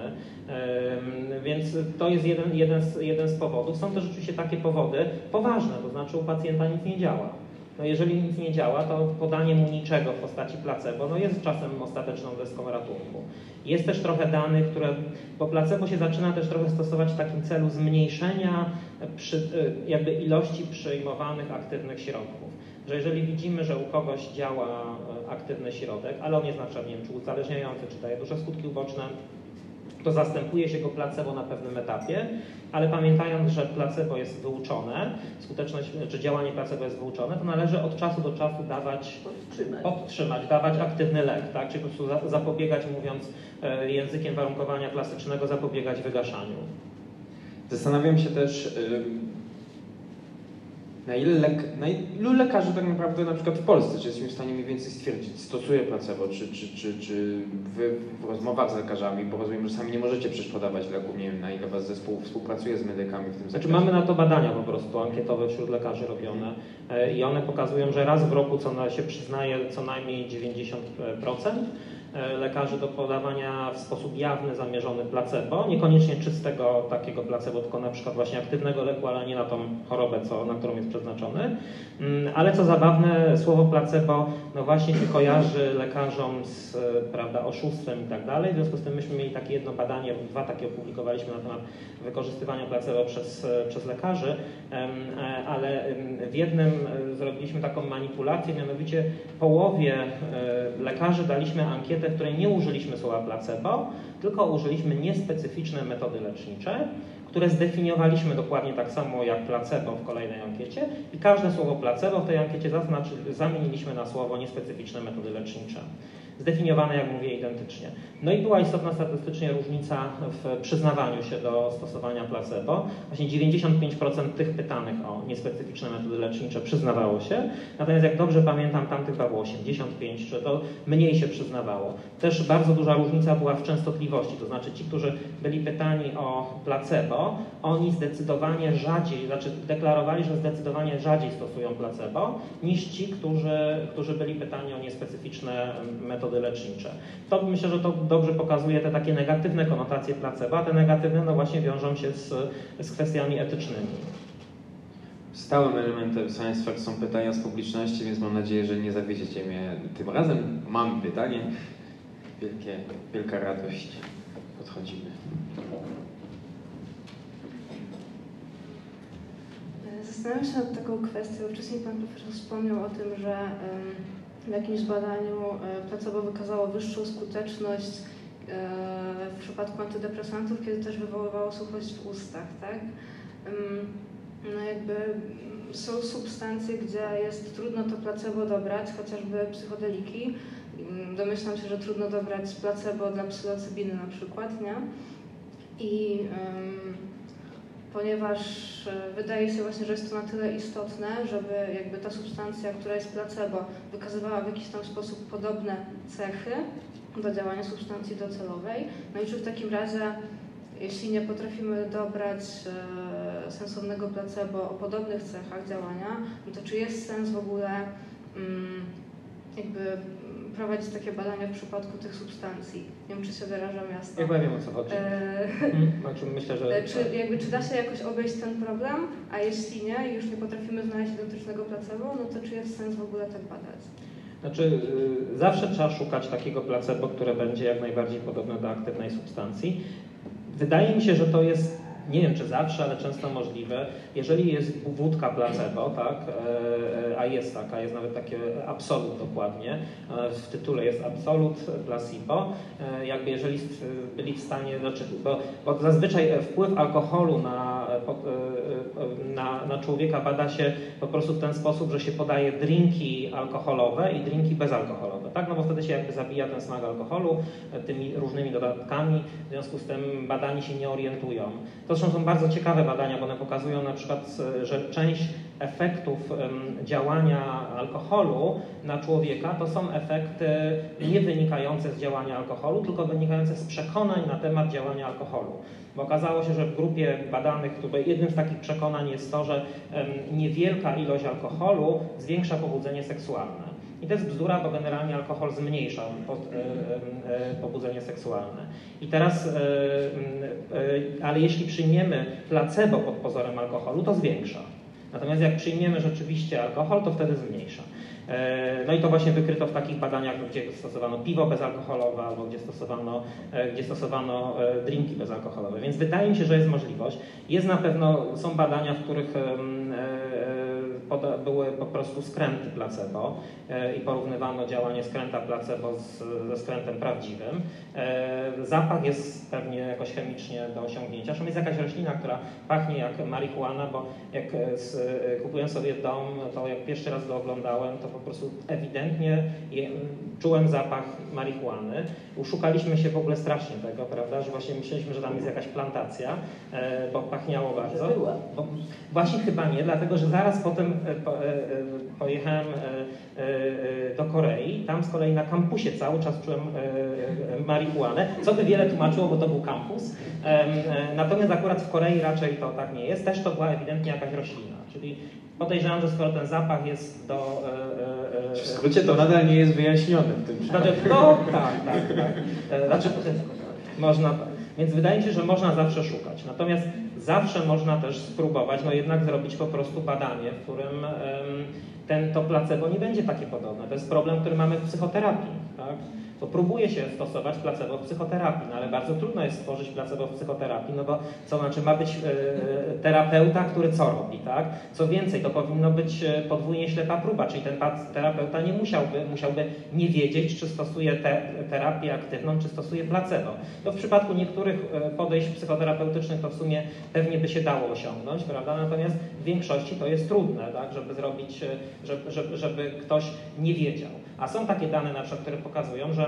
Ym, więc to jest jeden, jeden, z, jeden z powodów. Są też rzeczywiście takie powody poważne, to znaczy u pacjenta nic nie działa. No jeżeli nic nie działa, to podanie mu niczego w postaci placebo no jest czasem ostateczną deską ratunku. Jest też trochę danych, które, bo placebo się zaczyna też trochę stosować w takim celu zmniejszenia przy, jakby ilości przyjmowanych aktywnych środków. Że jeżeli widzimy, że u kogoś działa aktywny środek, ale on jest na przykład, nie wiem, czy uzależniający, czy daje duże skutki uboczne, to zastępuje się go placebo na pewnym etapie, ale pamiętając, że placebo jest wyuczone, skuteczność czy działanie placebo jest wyuczone, to należy od czasu do czasu dawać, podtrzymać, podtrzymać dawać aktywny lek, tak? Czyli po prostu zapobiegać, mówiąc językiem warunkowania klasycznego, zapobiegać wygaszaniu. Zastanawiam się też, na ile, lek, na ilu lekarzy tak naprawdę na przykład w Polsce, czy jesteśmy w stanie mniej więcej stwierdzić, stosuje placebo, czy, czy, czy, czy wy w rozmowach z lekarzami, bo rozumiem, że sami nie możecie przecież podawać leków, nie wiem na ile wasz zespół współpracuje z medykami w tym zakresie. Znaczy mamy na to badania po prostu ankietowe wśród lekarzy robione i one pokazują, że raz w roku co się przyznaje co najmniej dziewięćdziesiąt procent lekarzy do podawania w sposób jawny, zamierzony placebo, niekoniecznie czystego takiego placebo, tylko na przykład właśnie aktywnego leku, ale nie na tą chorobę, co, na którą jest przeznaczony. Ale co zabawne, słowo placebo no właśnie się kojarzy lekarzom z, prawda, oszustwem i tak dalej. W związku z tym myśmy mieli takie jedno badanie, dwa takie opublikowaliśmy na temat wykorzystywania placebo przez, przez lekarzy, ale w jednym zrobiliśmy taką manipulację, mianowicie połowie lekarzy daliśmy ankietę, w której nie użyliśmy słowa placebo, tylko użyliśmy niespecyficzne metody lecznicze, które zdefiniowaliśmy dokładnie tak samo jak placebo w kolejnej ankiecie i każde słowo placebo w tej ankiecie zaznaczy, zamieniliśmy na słowo niespecyficzne metody lecznicze. zdefiniowane, jak mówię, identycznie. No i była istotna statystycznie różnica w przyznawaniu się do stosowania placebo. Właśnie dziewięćdziesiąt pięć procent tych pytanych o niespecyficzne metody lecznicze przyznawało się, natomiast jak dobrze pamiętam, tam chyba było osiemdziesiąt pięć procent, czy to mniej się przyznawało. Też bardzo duża różnica była w częstotliwości, to znaczy ci, którzy byli pytani o placebo, oni zdecydowanie rzadziej, znaczy deklarowali, że zdecydowanie rzadziej stosują placebo, niż ci, którzy, którzy byli pytani o niespecyficzne metody lecznicze. To myślę, że to dobrze pokazuje te takie negatywne konotacje placebo, a te negatywne no właśnie wiążą się z, z kwestiami etycznymi. Stałym elementem Science Fact są pytania z publiczności, więc mam nadzieję, że nie zawiedziecie mnie tym razem. Mam pytanie. Wielkie, wielka radość. Podchodzimy. Zastanawiam się nad taką kwestią. Wcześniej pan profesor wspomniał o tym, że w jakimś badaniu placebo wykazało wyższą skuteczność w przypadku antydepresantów, kiedy też wywoływało suchość w ustach, tak? No jakby są substancje, gdzie jest trudno to placebo dobrać, chociażby psychodeliki. Domyślam się, że trudno dobrać placebo dla psylocybiny na przykład, nie? I um, ponieważ wydaje się właśnie, że jest to na tyle istotne, żeby jakby ta substancja, która jest placebo, wykazywała w jakiś tam sposób podobne cechy do działania substancji docelowej. No i czy w takim razie, jeśli nie potrafimy dobrać e, sensownego placebo o podobnych cechach działania, no to czy jest sens w ogóle mm, jakby prowadzić takie badania w przypadku tych substancji? Nie wiem, czy się wyrażam jasno. Ja wiem, o co chodzi. E, hmm, znaczy myślę, że... Czy, jakby, czy da się jakoś obejść ten problem, a jeśli nie i już nie potrafimy znaleźć identycznego placebo, no to czy jest sens w ogóle tak badać? Znaczy, yy, zawsze trzeba szukać takiego placebo, które będzie jak najbardziej podobne do aktywnej substancji. Wydaje mi się, że to jest, nie wiem czy zawsze, ale często możliwe, jeżeli jest wódka placebo, tak, a jest taka, jest nawet takie absolut dokładnie, w tytule jest absolut placebo, jakby jeżeli byli w stanie, znaczy, bo, bo zazwyczaj wpływ alkoholu na, na, na człowieka bada się po prostu w ten sposób, że się podaje drinki alkoholowe i drinki bezalkoholowe, tak, no bo wtedy się jakby zabija ten smak alkoholu tymi różnymi dodatkami, w związku z tym badani się nie orientują. To zresztą są bardzo ciekawe badania, bo one pokazują na przykład, że część efektów działania alkoholu na człowieka to są efekty nie wynikające z działania alkoholu, tylko wynikające z przekonań na temat działania alkoholu. Bo okazało się, że w grupie badanych, jednym z takich przekonań jest to, że niewielka ilość alkoholu zwiększa pobudzenie seksualne. I to jest bzdura, bo generalnie alkohol zmniejsza pobudzenie seksualne. I teraz, ale jeśli przyjmiemy placebo pod pozorem alkoholu, to zwiększa. Natomiast jak przyjmiemy rzeczywiście alkohol, to wtedy zmniejsza. No i to właśnie wykryto w takich badaniach, gdzie stosowano piwo bezalkoholowe albo gdzie stosowano, gdzie stosowano drinki bezalkoholowe. Więc wydaje mi się, że jest możliwość. Jest na pewno, są badania, w których były po prostu skręty placebo i porównywano działanie skręta placebo z, ze skrętem prawdziwym. Zapach jest pewnie jakoś chemicznie do osiągnięcia. Zresztą jest jakaś roślina, która pachnie jak marihuana, bo jak kupuję sobie dom, to jak pierwszy raz go oglądałem, to po prostu ewidentnie je, czułem zapach marihuany. Uszukaliśmy się w ogóle strasznie tego, prawda, że właśnie myśleliśmy, że tam jest jakaś plantacja, bo pachniało bardzo. Bo, właśnie chyba nie, dlatego że zaraz potem pojechałem do Korei, tam z kolei na kampusie cały czas czułem marihuanę, co by wiele tłumaczyło, bo to był kampus. Natomiast akurat w Korei raczej to tak nie jest, też to była ewidentnie jakaś roślina, czyli podejrzewam, że skoro ten zapach jest do... W skrócie to nadal nie jest wyjaśnione w tym przypadku. Znaczy, to tak, tak, tak. Znaczy, można, więc wydaje mi się, że można zawsze szukać. Natomiast zawsze można też spróbować, no jednak zrobić po prostu badanie, w którym ten, to placebo nie będzie takie podobne. To jest problem, który mamy w psychoterapii, tak? To próbuje się stosować placebo w psychoterapii, no ale bardzo trudno jest stworzyć placebo w psychoterapii, no bo co znaczy ma być e, terapeuta, który co robi, tak? Co więcej, to powinno być podwójnie ślepa próba, czyli ten terapeuta nie musiałby, musiałby nie wiedzieć, czy stosuje te, terapię aktywną, czy stosuje placebo. To w przypadku niektórych podejść psychoterapeutycznych to w sumie pewnie by się dało osiągnąć, prawda? Natomiast w większości to jest trudne, tak? Żeby zrobić, żeby, żeby, żeby ktoś nie wiedział. A są takie dane na przykład, które pokazują, że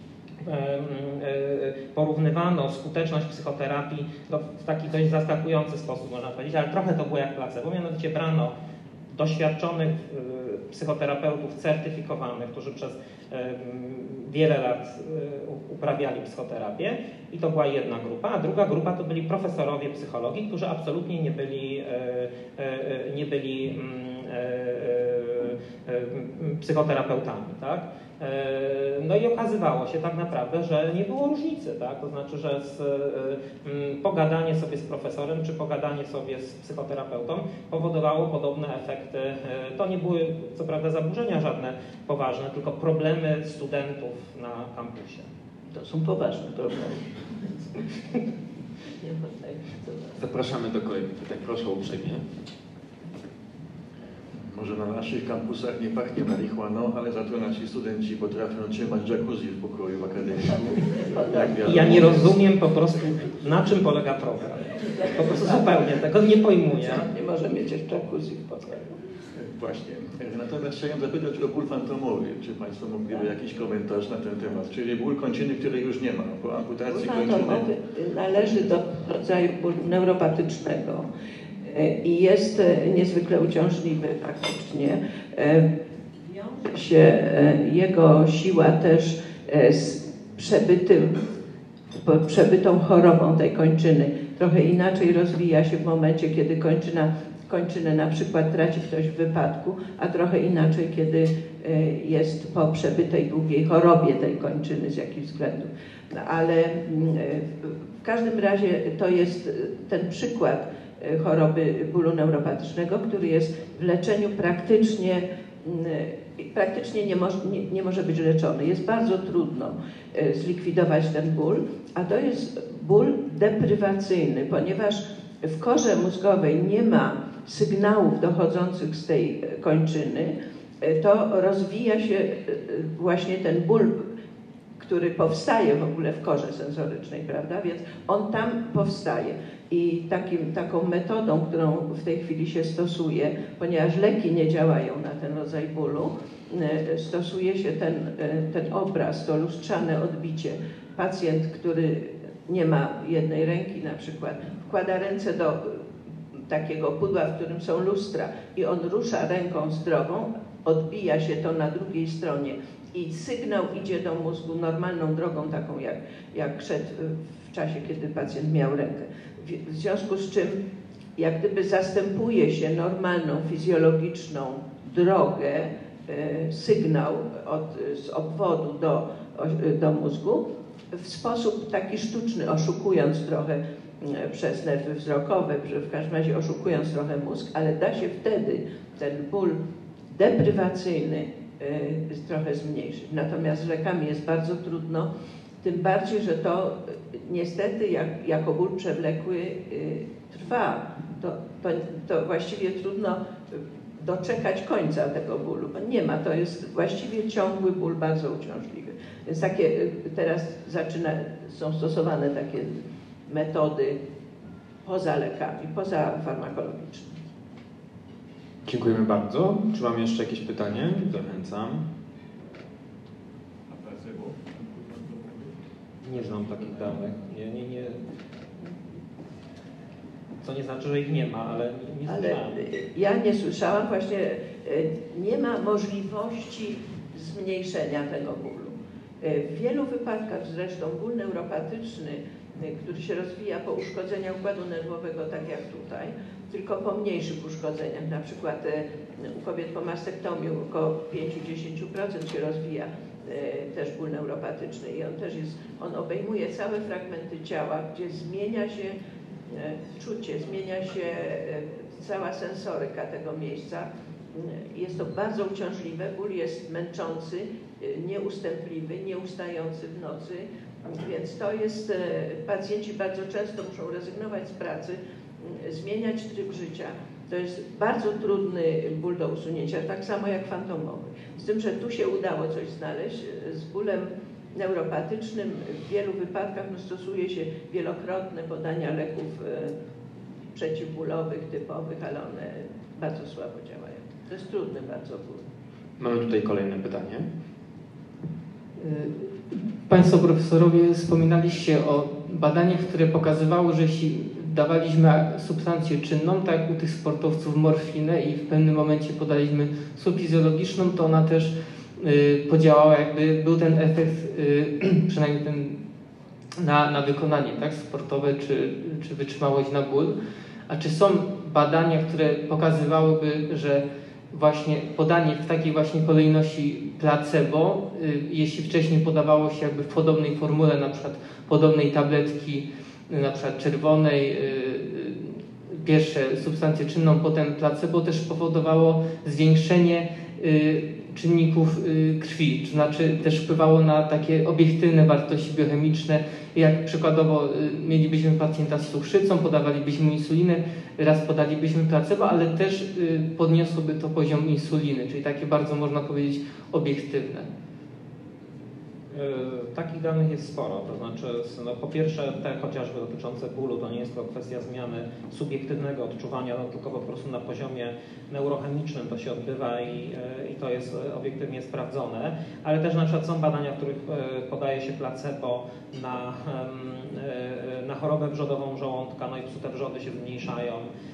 porównywano skuteczność psychoterapii no, w taki dość zaskakujący sposób, można powiedzieć, ale trochę to było jak placebo, mianowicie brano doświadczonych psychoterapeutów certyfikowanych, którzy przez wiele lat uprawiali psychoterapię i to była jedna grupa, a druga grupa to byli profesorowie psychologii, którzy absolutnie nie byli, nie byli psychoterapeutami, tak? No i okazywało się tak naprawdę, że nie było różnicy, tak? To znaczy, że z, pogadanie sobie z profesorem czy pogadanie sobie z psychoterapeutą powodowało podobne efekty. To nie były co prawda zaburzenia żadne poważne, tylko problemy studentów na kampusie. To są poważne problemy. Zapraszamy do kolejnych pytań. Proszę uprzejmie. Może na naszych kampusach nie pachnie marihuaną, ale za to nasi studenci potrafią trzymać jacuzzi w pokoju w akademii. Ja nie rozumiem po prostu, na czym polega problem. Po prostu zupełnie tego nie pojmuję. Nie może mieć jeszcze jacuzzi w pokoju. Właśnie. Natomiast chciałem zapytać o ból fantomowy. Czy Państwo mogliby jakiś komentarz na ten temat? Czyli ból kończyny, której już nie ma. Po amputacji ból kończyny... fantomowy należy do rodzaju bólu neuropatycznego i jest niezwykle uciążliwy faktycznie. Wiąże się jego siła też z przebytym, przebytą chorobą tej kończyny. Trochę inaczej rozwija się w momencie, kiedy kończyna, kończynę na przykład traci ktoś w wypadku, a trochę inaczej, kiedy jest po przebytej długiej chorobie tej kończyny z jakichś względów. No, ale w każdym razie to jest ten przykład choroby bólu neuropatycznego, który jest w leczeniu praktycznie, praktycznie nie, mo nie, nie może być leczony. Jest bardzo trudno zlikwidować ten ból, a to jest ból deprywacyjny, ponieważ w korze mózgowej nie ma sygnałów dochodzących z tej kończyny, to rozwija się właśnie ten ból, który powstaje w ogóle w korze sensorycznej, prawda? Więc on tam powstaje. I takim, taką metodą, którą w tej chwili się stosuje, ponieważ leki nie działają na ten rodzaj bólu, stosuje się ten, ten obraz, to lustrzane odbicie. Pacjent, który nie ma jednej ręki na przykład, wkłada ręce do takiego pudła, w którym są lustra i on rusza ręką zdrową, odbija się to na drugiej stronie i sygnał idzie do mózgu normalną drogą, taką jak, jak szedł w czasie, kiedy pacjent miał rękę. W związku z czym jak gdyby zastępuje się normalną, fizjologiczną drogę, sygnał od, z obwodu do, do mózgu w sposób taki sztuczny, oszukując trochę przez nerwy wzrokowe, w każdym razie oszukując trochę mózg, ale da się wtedy ten ból deprywacyjny trochę zmniejszyć. Natomiast z lekami jest bardzo trudno, tym bardziej, że to niestety jak, jako ból przewlekły trwa. To, to, to właściwie trudno doczekać końca tego bólu. Nie ma, to jest właściwie ciągły ból, bardzo uciążliwy. Więc takie teraz zaczyna, są stosowane takie metody poza lekami, poza farmakologicznymi. Dziękujemy bardzo. Czy mam jeszcze jakieś pytanie? Zachęcam. Nie znam takich danych. Nie, nie, nie. Co nie znaczy, że ich nie ma, ale nie, nie ale słyszałem. Ja nie słyszałam, właśnie nie ma możliwości zmniejszenia tego bólu. W wielu wypadkach zresztą ból neuropatyczny, który się rozwija po uszkodzeniach układu nerwowego, tak jak tutaj, tylko po mniejszych uszkodzeniach, na przykład u kobiet po mastektomii około pięć do dziesięciu procent się rozwija też ból neuropatyczny i on też jest, on obejmuje całe fragmenty ciała, gdzie zmienia się czucie, zmienia się cała sensoryka tego miejsca. Jest to bardzo uciążliwe, ból jest męczący, nieustępliwy, nieustający w nocy, więc to jest, pacjenci bardzo często muszą rezygnować z pracy, zmieniać tryb życia. To jest bardzo trudny ból do usunięcia, tak samo jak fantomowy. Z tym, że tu się udało coś znaleźć. Z bólem neuropatycznym w wielu wypadkach no, stosuje się wielokrotne podania leków e, przeciwbólowych, typowych, ale one bardzo słabo działają. To jest trudny bardzo ból. Mamy tutaj kolejne pytanie. Państwo profesorowie wspominaliście o badaniach, które pokazywały, że jeśli dawaliśmy substancję czynną, tak jak u tych sportowców morfinę i w pewnym momencie podaliśmy subfizjologiczną, to ona też y, podziałała, jakby był ten efekt, y, przynajmniej ten na, na wykonanie tak, sportowe czy, czy wytrzymałość na ból. A czy są badania, które pokazywałyby, że właśnie podanie w takiej właśnie kolejności placebo, y, jeśli wcześniej podawało się jakby w podobnej formule, na przykład podobnej tabletki, y, na przykład czerwonej, y, y, pierwsze substancję czynną, potem placebo, też powodowało zwiększenie y, czynników y, krwi, to znaczy też wpływało na takie obiektywne wartości biochemiczne, jak przykładowo y, mielibyśmy pacjenta z cukrzycą, podawalibyśmy insulinę, raz podalibyśmy placebo, ale też y, podniosłoby to poziom insuliny, czyli takie bardzo, można powiedzieć, obiektywne. Takich danych jest sporo, to znaczy no, po pierwsze te chociażby dotyczące bólu to nie jest to kwestia zmiany subiektywnego odczuwania, no, tylko po prostu na poziomie neurochemicznym to się odbywa i, i to jest obiektywnie sprawdzone, ale też na przykład są badania, w których podaje się placebo na, na chorobę wrzodową żołądka, no i te wrzody się zmniejszają.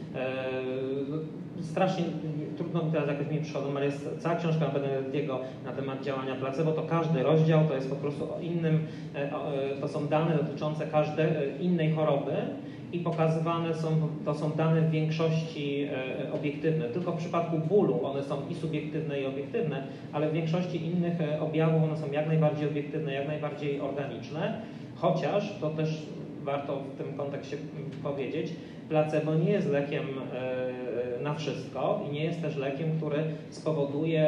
Strasznie trudno mi teraz jakoś mi przychodzą, ale jest cała książka Benedettiego na temat działania placebo, to każdy rozdział to jest po prostu o innym, to są dane dotyczące każdej innej choroby i pokazywane są, to są dane w większości obiektywne. Tylko w przypadku bólu one są i subiektywne i obiektywne, ale w większości innych objawów one są jak najbardziej obiektywne, jak najbardziej organiczne, chociaż to też warto w tym kontekście powiedzieć, placebo nie jest lekiem na wszystko i nie jest też lekiem, który spowoduje,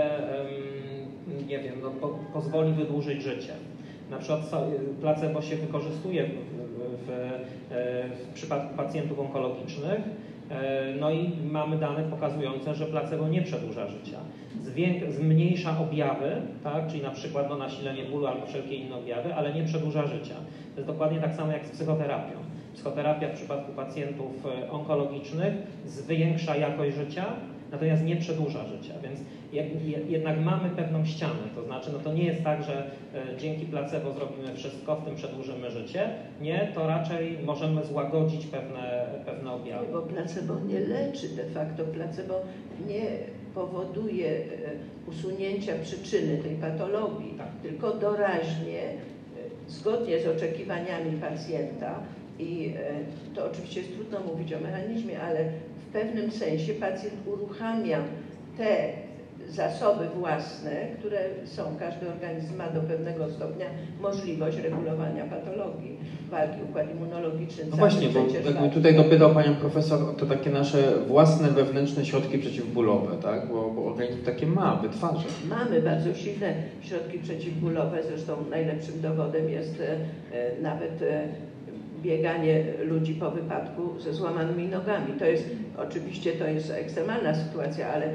nie wiem, no, po, pozwoli wydłużyć życie. Na przykład placebo się wykorzystuje w, w, w przypadku pacjentów onkologicznych, no i mamy dane pokazujące, że placebo nie przedłuża życia. Zwię- zmniejsza objawy, tak, czyli na przykład no, nasilenie bólu albo wszelkie inne objawy, ale nie przedłuża życia. To jest dokładnie tak samo jak z psychoterapią. Psychoterapia w przypadku pacjentów onkologicznych zwiększa jakość życia, natomiast nie przedłuża życia, więc jednak mamy pewną ścianę, to znaczy no to nie jest tak, że dzięki placebo zrobimy wszystko, w tym przedłużymy życie, nie, to raczej możemy złagodzić pewne, pewne objawy. Bo placebo nie leczy de facto, placebo nie powoduje usunięcia przyczyny tej patologii, tak. Tylko doraźnie, zgodnie z oczekiwaniami pacjenta, i to oczywiście jest trudno mówić o mechanizmie, ale w pewnym sensie pacjent uruchamia te zasoby własne, które są, każdy organizm ma do pewnego stopnia możliwość regulowania patologii, walki, układ immunologiczny. No właśnie, bo jakby tutaj dopytał Panią Profesor o te takie nasze własne wewnętrzne środki przeciwbólowe, tak? Bo, bo organizm takie ma, wytwarza. Mamy bardzo silne środki przeciwbólowe, zresztą najlepszym dowodem jest e, nawet e, bieganie ludzi po wypadku ze złamanymi nogami. To jest, oczywiście to jest ekstremalna sytuacja, ale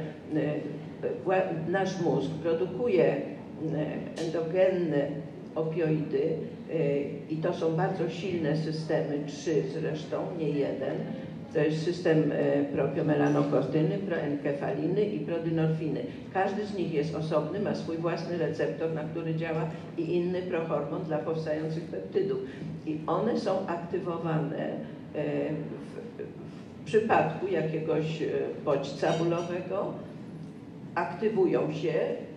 nasz mózg produkuje endogenne opioidy i to są bardzo silne systemy, trzy zresztą, nie jeden. To jest system propiomelanokortyny, proenkefaliny i prodynorfiny. Każdy z nich jest osobny, ma swój własny receptor, na który działa i inny prohormon dla powstających peptydów. I one są aktywowane w, w przypadku jakiegoś bodźca bólowego, aktywują się,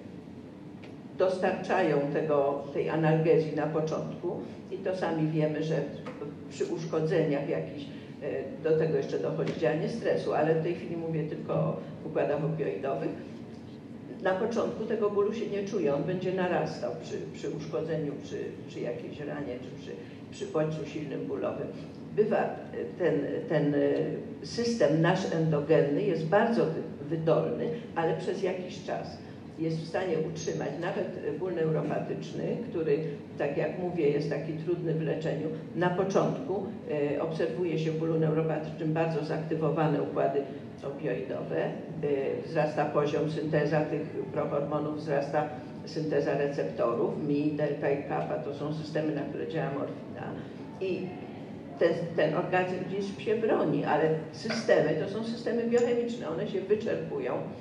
dostarczają tego, tej analgezji na początku i to sami wiemy, że przy uszkodzeniach jakichś do tego jeszcze dochodzi działanie stresu, ale w tej chwili mówię tylko o układach opioidowych. Na początku tego bólu się nie czuje, on będzie narastał przy, przy uszkodzeniu, przy, przy jakiejś ranie, czy przy, przy bodźcu silnym bólowym. Bywa ten, ten system nasz endogenny jest bardzo wydolny, ale przez jakiś czas jest w stanie utrzymać nawet ból neuropatyczny, który, tak jak mówię, jest taki trudny w leczeniu. Na początku e, obserwuje się w bólu neuropatycznym bardzo zaktywowane układy opioidowe, e, wzrasta poziom synteza tych prohormonów, wzrasta synteza receptorów, mi, delta i kappa, to są systemy, na które działa morfina. I ten, ten organizm się broni, ale systemy to są systemy biochemiczne, one się wyczerpują.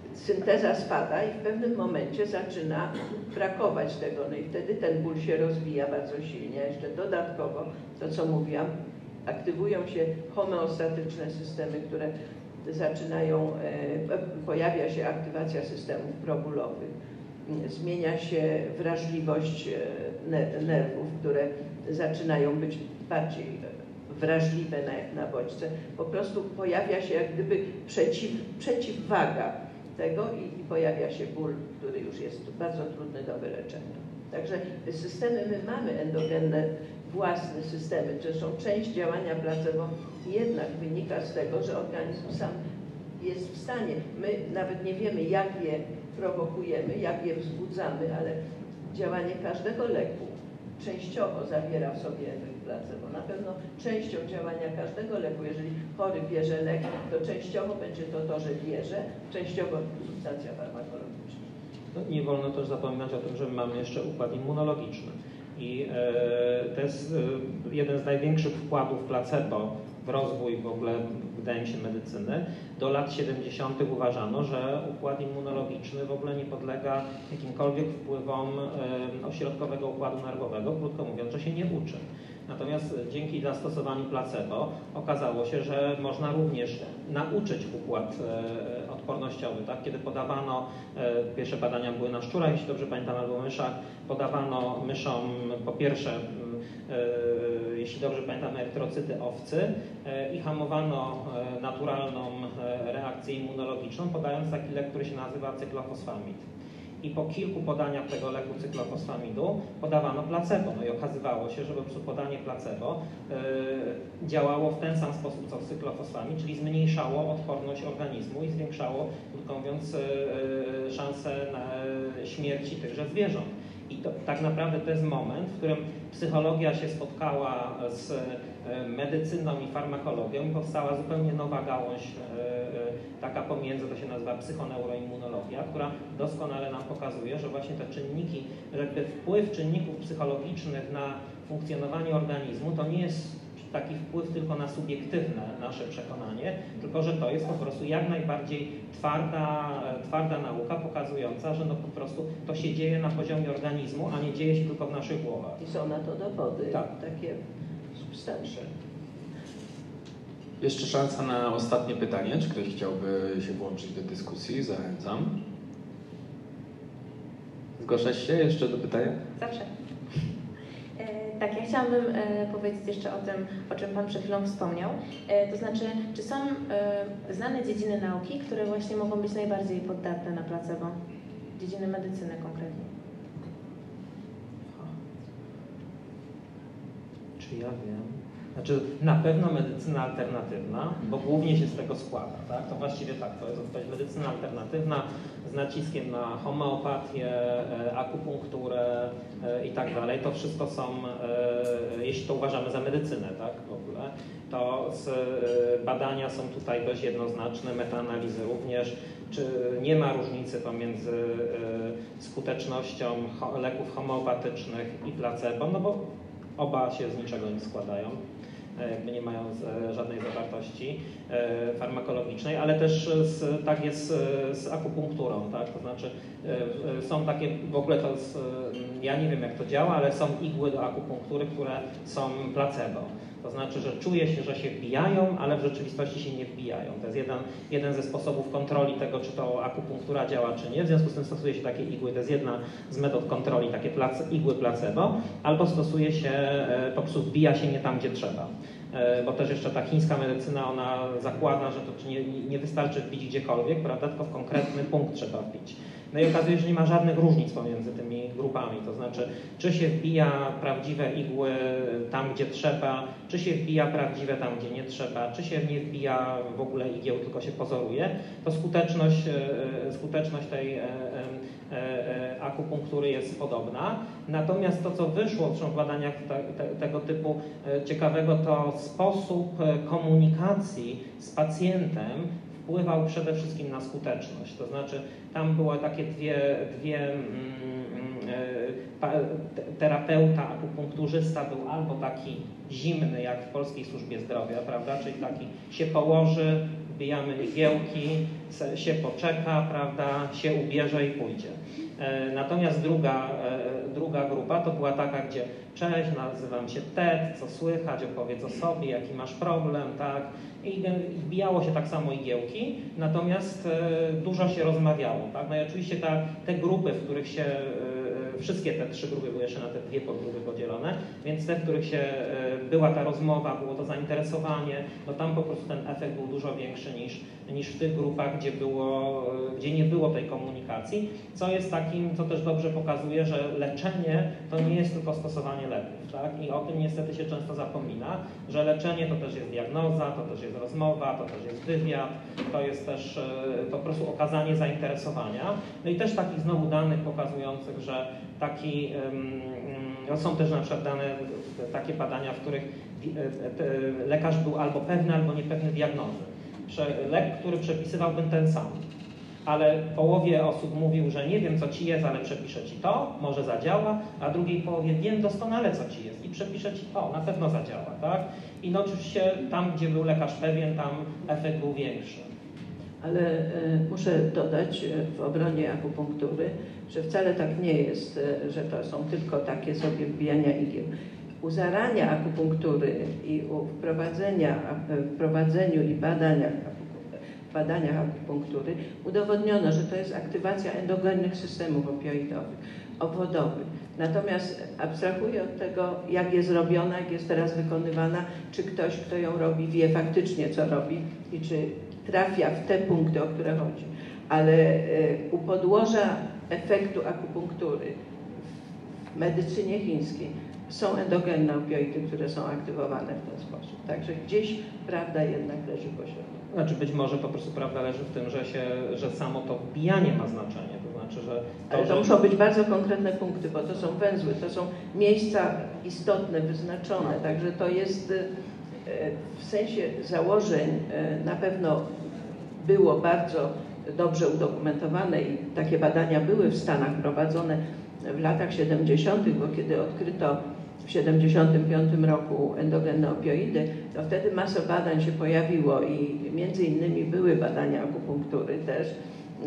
synteza spada i w pewnym momencie zaczyna brakować tego, no i wtedy ten ból się rozwija bardzo silnie. Jeszcze dodatkowo, to co mówiłam, aktywują się homeostatyczne systemy, które zaczynają, pojawia się aktywacja systemów probólowych, zmienia się wrażliwość nerwów, które zaczynają być bardziej wrażliwe na, na bodźce. Po prostu pojawia się jak gdyby przeciw, przeciwwaga tego i, i pojawia się ból, który już jest bardzo trudny do wyleczenia. Także systemy, my mamy endogenne, własne systemy, zresztą część działania placebo jednak wynika z tego, że organizm sam jest w stanie, my nawet nie wiemy, jak je prowokujemy, jak je wzbudzamy, ale działanie każdego leku częściowo zawiera w sobie efekt placebo. Na pewno częścią działania każdego leku, jeżeli chory bierze lek, to częściowo będzie to to, że bierze, częściowo substancja farmakologiczna. No, nie wolno też zapominać o tym, że mamy jeszcze układ immunologiczny. I e, to jest e, jeden z największych wkładów placebo w rozwój w ogóle, wydaje mi się, medycyny. Do lat siedemdziesiątych uważano, że układ immunologiczny w ogóle nie podlega jakimkolwiek wpływom e, ośrodkowego układu nerwowego, krótko mówiąc, że się nie uczy. Natomiast dzięki zastosowaniu placebo okazało się, że można również nauczyć układ e, odpornościowy. Tak? Kiedy podawano, e, pierwsze badania były na szczurach, jeśli dobrze pamiętam, albo myszach, podawano myszom po pierwsze, e, jeśli dobrze pamiętam, erytrocyty owcy e, i hamowano e, naturalną e, reakcję immunologiczną, podając taki lek, który się nazywa cyklofosfamid. I po kilku podaniach tego leku cyklofosfamidu podawano placebo. No i okazywało się, że po prostu podanie placebo y, działało w ten sam sposób co cyklofosfamid, czyli zmniejszało odporność organizmu i zwiększało, krótko mówiąc, y, y, szanse na śmierci tychże zwierząt. I to, tak naprawdę to jest moment, w którym psychologia się spotkała z medycyną i farmakologią i powstała zupełnie nowa gałąź, taka pomiędzy, to się nazywa psychoneuroimmunologia, która doskonale nam pokazuje, że właśnie te czynniki, że jakby wpływ czynników psychologicznych na funkcjonowanie organizmu to nie jest taki wpływ tylko na subiektywne nasze przekonanie, tylko że to jest po prostu jak najbardziej twarda, twarda nauka pokazująca, że no po prostu to się dzieje na poziomie organizmu, a nie dzieje się tylko w naszych głowach. I są na to dowody, tak. takie substancja. Jeszcze szansa na ostatnie pytanie. Czy ktoś chciałby się włączyć do dyskusji? Zachęcam. Zgłaszasz się jeszcze do pytania? Zawsze. Tak, ja chciałabym powiedzieć jeszcze o tym, o czym Pan przed chwilą wspomniał. To znaczy, czy są znane dziedziny nauki, które właśnie mogą być najbardziej poddatne na placebo? Dziedziny medycyny konkretnie. Czy ja wiem? Znaczy, na pewno medycyna alternatywna, bo głównie się z tego składa, tak? To właściwie tak, to jest odpowiedź medycyna alternatywna z naciskiem na homeopatię, akupunkturę i tak dalej. To wszystko są, jeśli to uważamy za medycynę, tak, w ogóle, to badania są tutaj dość jednoznaczne, metaanalizy również. Czy nie ma różnicy pomiędzy skutecznością leków homeopatycznych i placebo, no bo oba się z niczego nie składają, jakby nie mają żadnej zawartości farmakologicznej, ale też z, tak jest z akupunkturą, tak? To znaczy są takie, w ogóle to jest, ja nie wiem jak to działa, ale są igły do akupunktury, które są placebo. To znaczy, że czuje się, że się wbijają, ale w rzeczywistości się nie wbijają. To jest jeden, jeden ze sposobów kontroli tego, czy to akupunktura działa, czy nie. W związku z tym stosuje się takie igły. To jest jedna z metod kontroli, takie place, igły placebo. Albo stosuje się, po prostu wbija się nie tam, gdzie trzeba. Bo też jeszcze ta chińska medycyna, ona zakłada, że to nie, nie wystarczy wbić gdziekolwiek, prawda, tylko w konkretny punkt trzeba wbić. No i okazuje się, że nie ma żadnych różnic pomiędzy tymi grupami, to znaczy czy się wbija prawdziwe igły tam, gdzie trzeba, czy się wbija prawdziwe tam, gdzie nie trzeba, czy się nie wbija w ogóle igieł, tylko się pozoruje, to skuteczność, skuteczność tej akupunktury jest podobna. Natomiast to, co wyszło w badaniach te, te, tego typu ciekawego, to sposób komunikacji z pacjentem wpływał przede wszystkim na skuteczność. To znaczy tam były takie dwie, dwie mm, terapeuta, akupunkturzysta był albo taki zimny jak w Polskiej Służbie Zdrowia, prawda, czyli taki się położy, wbijamy igiełki, się poczeka, prawda, się ubierze i pójdzie. Natomiast druga, druga grupa to była taka, gdzie cześć, nazywam się Ted, co słychać, opowiedz o sobie, jaki masz problem, tak? I wbijało się tak samo igiełki, natomiast dużo się rozmawiało, tak? No i oczywiście ta, te grupy, w których się, wszystkie te trzy grupy były jeszcze na te dwie podgrupy podzielone, więc te, w których się była ta rozmowa, było to zainteresowanie, no tam po prostu ten efekt był dużo większy niż, niż w tych grupach, gdzie, było, gdzie nie było tej komunikacji, co jest takim, co też dobrze pokazuje, że leczenie to nie jest tylko stosowanie leków, tak? I o tym niestety się często zapomina, że leczenie to też jest diagnoza, to też jest rozmowa, to też jest wywiad, to jest też to po prostu okazanie zainteresowania. No i też takich znowu danych pokazujących, że taki, no są też na przykład dane, takie badania, w których lekarz był albo pewny, albo niepewny diagnozy. Lek, który przepisywałbym ten sam, ale połowie osób mówił, że nie wiem, co ci jest, ale przepiszę ci to, może zadziała, a drugiej połowie wiem doskonale, co ci jest i przepiszę ci to, na pewno zadziała, tak? I no oczywiście tam, gdzie był lekarz pewien, tam efekt był większy. Ale e, muszę dodać w obronie akupunktury, że wcale tak nie jest, e, że to są tylko takie sobie wbijania igieł. U zarania akupunktury i u wprowadzenia, wprowadzeniu i badaniach, badaniach akupunktury udowodniono, że to jest aktywacja endogennych systemów opioidowych, obwodowych. Natomiast abstrahuję od tego, jak jest robiona, jak jest teraz wykonywana, czy ktoś, kto ją robi, wie faktycznie, co robi i czy trafia w te punkty, o które chodzi. Ale u podłoża efektu akupunktury w medycynie chińskiej są endogenne opioidy, które są aktywowane w ten sposób. Także gdzieś prawda jednak leży pośrodku. Znaczy być może po prostu prawda leży w tym, że, się, że samo to wbijanie ma znaczenie. To znaczy, że to, Ale to że... muszą być bardzo konkretne punkty, bo to są węzły, to są miejsca istotne, wyznaczone. Także to jest w sensie założeń na pewno było bardzo dobrze udokumentowane i takie badania były w Stanach prowadzone w latach siedemdziesiątych, bo kiedy odkryto w siedemdziesiątym piątym roku endogenne opioidy, to wtedy masa badań się pojawiło i między innymi były badania akupunktury też e,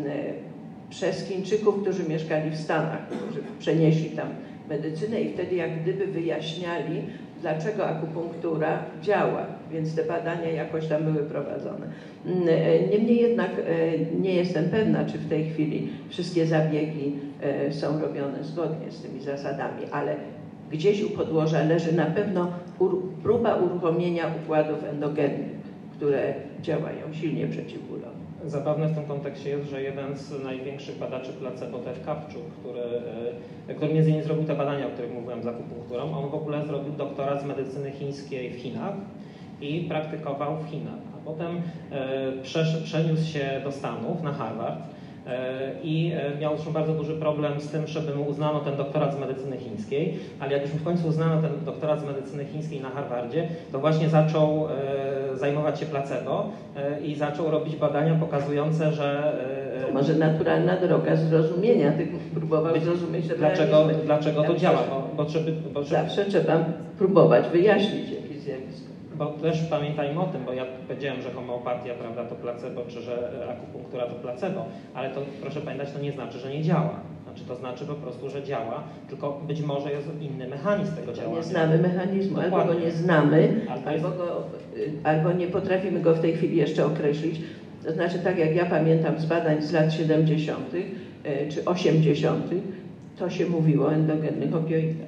przez Chińczyków, którzy mieszkali w Stanach, którzy przenieśli tam medycynę i wtedy jak gdyby wyjaśniali, dlaczego akupunktura działa, więc te badania jakoś tam były prowadzone. Niemniej jednak nie jestem pewna, czy w tej chwili wszystkie zabiegi są robione zgodnie z tymi zasadami, ale gdzieś u podłoża leży na pewno próba uruchomienia układów endogennych, które działają silnie przeciwbólowo. Zabawne w tym kontekście jest, że jeden z największych badaczy placebo, Ted Kapczuk, który, który między innymi zrobił te badania, o których mówiłem z akupunkturą, on w ogóle zrobił doktorat z medycyny chińskiej w Chinach i praktykował w Chinach. A potem e, przeniósł się do Stanów, na Harvard i miał już bardzo duży problem z tym, żeby mu uznano ten doktorat z medycyny chińskiej, ale jak już mu w końcu uznano ten doktorat z medycyny chińskiej na Harvardzie, to właśnie zaczął e, zajmować się placebo e, i zaczął robić badania pokazujące, że... E, Może naturalna droga zrozumienia, tych próbował zrozumieć dlaczego, dlaczego to działa, bo, bo, trzeba, bo trzeba... Zawsze trzeba próbować wyjaśnić jakieś zjawisko. Bo też pamiętajmy o tym, bo ja powiedziałem, że homeopatia, prawda, to placebo, czy że akupunktura to placebo, ale to proszę pamiętać, to nie znaczy, że nie działa. Znaczy to znaczy po prostu, że działa, tylko być może jest inny mechanizm tego działania. Nie znamy mechanizmu, Dokładnie. albo go nie znamy, albo, jest... albo, go, albo nie potrafimy go w tej chwili jeszcze określić. To znaczy tak jak ja pamiętam z badań z lat siedemdziesiątych czy osiemdziesiątych, to się mówiło o endogennych opioidach.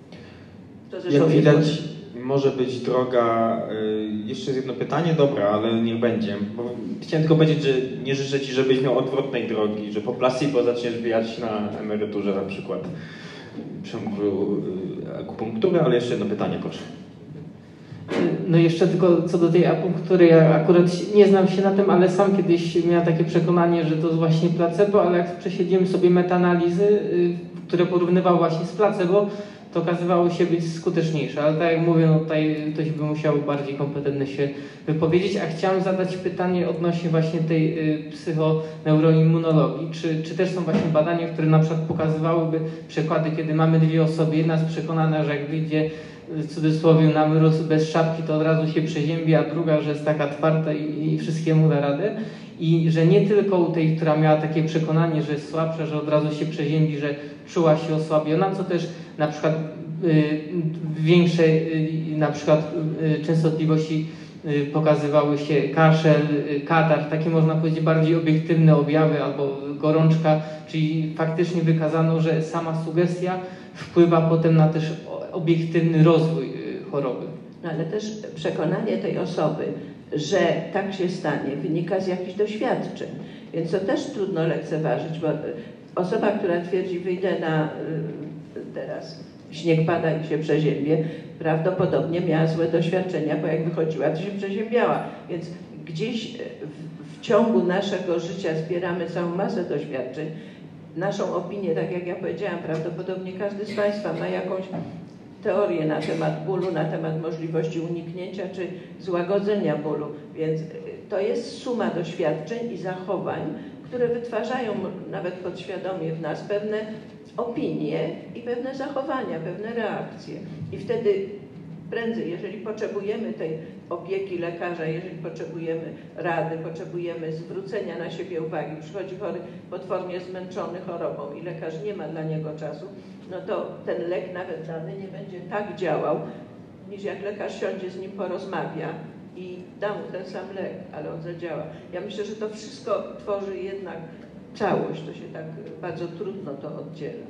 To jak widać, może być droga, jeszcze jest jedno pytanie, dobra, ale niech będzie. Bo chciałem tylko powiedzieć, że nie życzę Ci, żebyś miał odwrotnej drogi, że po placebo zaczniesz wyjechać na emeryturze na przykład przemysłu akupunktury, ale jeszcze jedno pytanie, proszę. No jeszcze tylko co do tej akupunktury, ja akurat nie znam się na tym, ale sam kiedyś miałem takie przekonanie, że to jest właśnie placebo, ale jak przesiedziałem sobie metaanalizy, które porównywał właśnie z placebo, to okazywało się być skuteczniejsze, ale tak jak mówię, no tutaj ktoś by musiał bardziej kompetentny się wypowiedzieć, a chciałem zadać pytanie odnośnie właśnie tej y, psychoneuroimmunologii, czy, czy też są właśnie badania, które na przykład pokazywałyby przykłady, kiedy mamy dwie osoby, jedna jest przekonana, że jak wyjdzie w cudzysłowie namróz bez szapki to od razu się przeziębi, a druga, że jest taka twarda i, i wszystkiemu da radę. I że nie tylko u tej, która miała takie przekonanie, że jest słabsza, że od razu się przeziębi, że czuła się osłabiona, co też na przykład y, większej y, na przykład y, częstotliwości y, pokazywały się kaszel, y, katar, takie można powiedzieć bardziej obiektywne objawy albo gorączka, czyli faktycznie wykazano, że sama sugestia wpływa potem na też obiektywny rozwój y, choroby. No, ale też przekonanie tej osoby, że tak się stanie, wynika z jakichś doświadczeń. Więc to też trudno lekceważyć, bo osoba, która twierdzi, wyjdę na teraz śnieg pada i się przeziębię, prawdopodobnie miała złe doświadczenia, bo jak wychodziła, to się przeziębiała. Więc gdzieś w, w ciągu naszego życia zbieramy całą masę doświadczeń. Naszą opinię, tak jak ja powiedziałam, prawdopodobnie każdy z Państwa ma jakąś teorię na temat bólu, na temat możliwości uniknięcia czy złagodzenia bólu. Więc to jest suma doświadczeń i zachowań, które wytwarzają nawet podświadomie w nas pewne opinie i pewne zachowania, pewne reakcje. I wtedy prędzej, jeżeli potrzebujemy tej opieki lekarza, jeżeli potrzebujemy rady, potrzebujemy zwrócenia na siebie uwagi, przychodzi chory potwornie zmęczony chorobą i lekarz nie ma dla niego czasu, no to ten lek nawet dany nie będzie tak działał, niż jak lekarz siądzie z nim, porozmawia i da mu ten sam lek, ale on zadziała. Ja myślę, że to wszystko tworzy jednak całość, to się tak bardzo trudno to oddziela.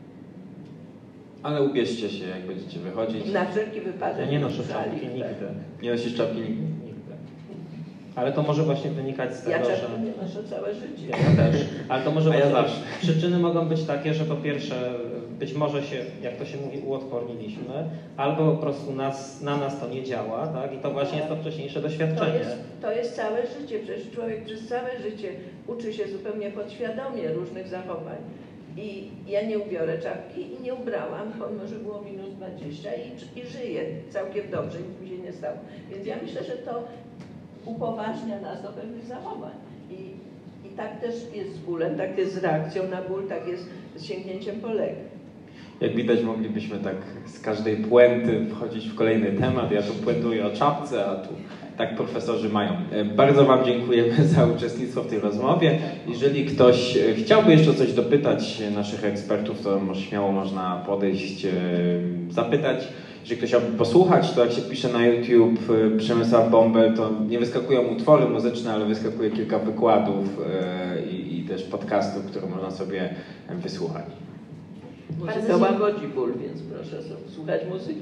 Ale ubierzcie się, jak będziecie wychodzić. Na wszelki wypadek. Ja nie noszę czapki nigdy. Nie nosisz czapki nigdy? Nigdy. Ale to może właśnie wynikać z tego, ja że... Ja nie noszę całe życie. Ja też. Ale to może A ja właśnie... Przyczyny mogą być takie, że po pierwsze być może się, jak to się mówi, uodporniliśmy, albo po prostu nas, na nas to nie działa, tak? I to właśnie jest to wcześniejsze doświadczenie. To jest, to jest całe życie. Przecież człowiek przez całe życie uczy się zupełnie podświadomie różnych zachowań. I ja nie ubiorę czapki i nie ubrałam, pomimo że było minus dwadzieścia i, i żyję całkiem dobrze, nic mi się nie stało. Więc ja myślę, że to upoważnia nas do pewnych zachowań. I, i tak też jest z bólem, tak jest z reakcją na ból, tak jest z sięgnięciem po lek. Jak widać, moglibyśmy tak z każdej puenty wchodzić w kolejny temat. Ja tu puentuję o czapce, a tu tak profesorzy mają. Bardzo Wam dziękujemy za uczestnictwo w tej rozmowie. Jeżeli ktoś chciałby jeszcze coś dopytać naszych ekspertów, to może śmiało można podejść, zapytać. Jeżeli ktoś chciałby posłuchać, to jak się pisze na YouTube Przemysław Bąbel, to nie wyskakują utwory muzyczne, ale wyskakuje kilka wykładów i, i też podcastów, które można sobie wysłuchać. Muzyka łagodzi ból, więc proszę słuchać muzyki.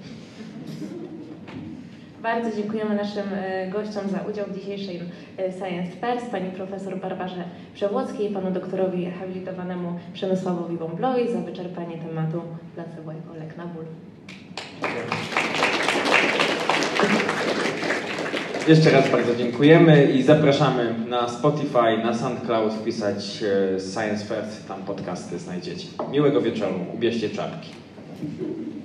Bardzo dziękujemy naszym gościom za udział w dzisiejszym Science First, pani profesor Barbarze Przewłockiej, panu doktorowi habilitowanemu Przemysławowi Bąblowi za wyczerpanie tematu placebo jako lek na ból. Jeszcze raz bardzo dziękujemy i zapraszamy na Spotify, na SoundCloud wpisać Science First, tam podcasty znajdziecie. Miłego wieczoru, ubierzcie czapki.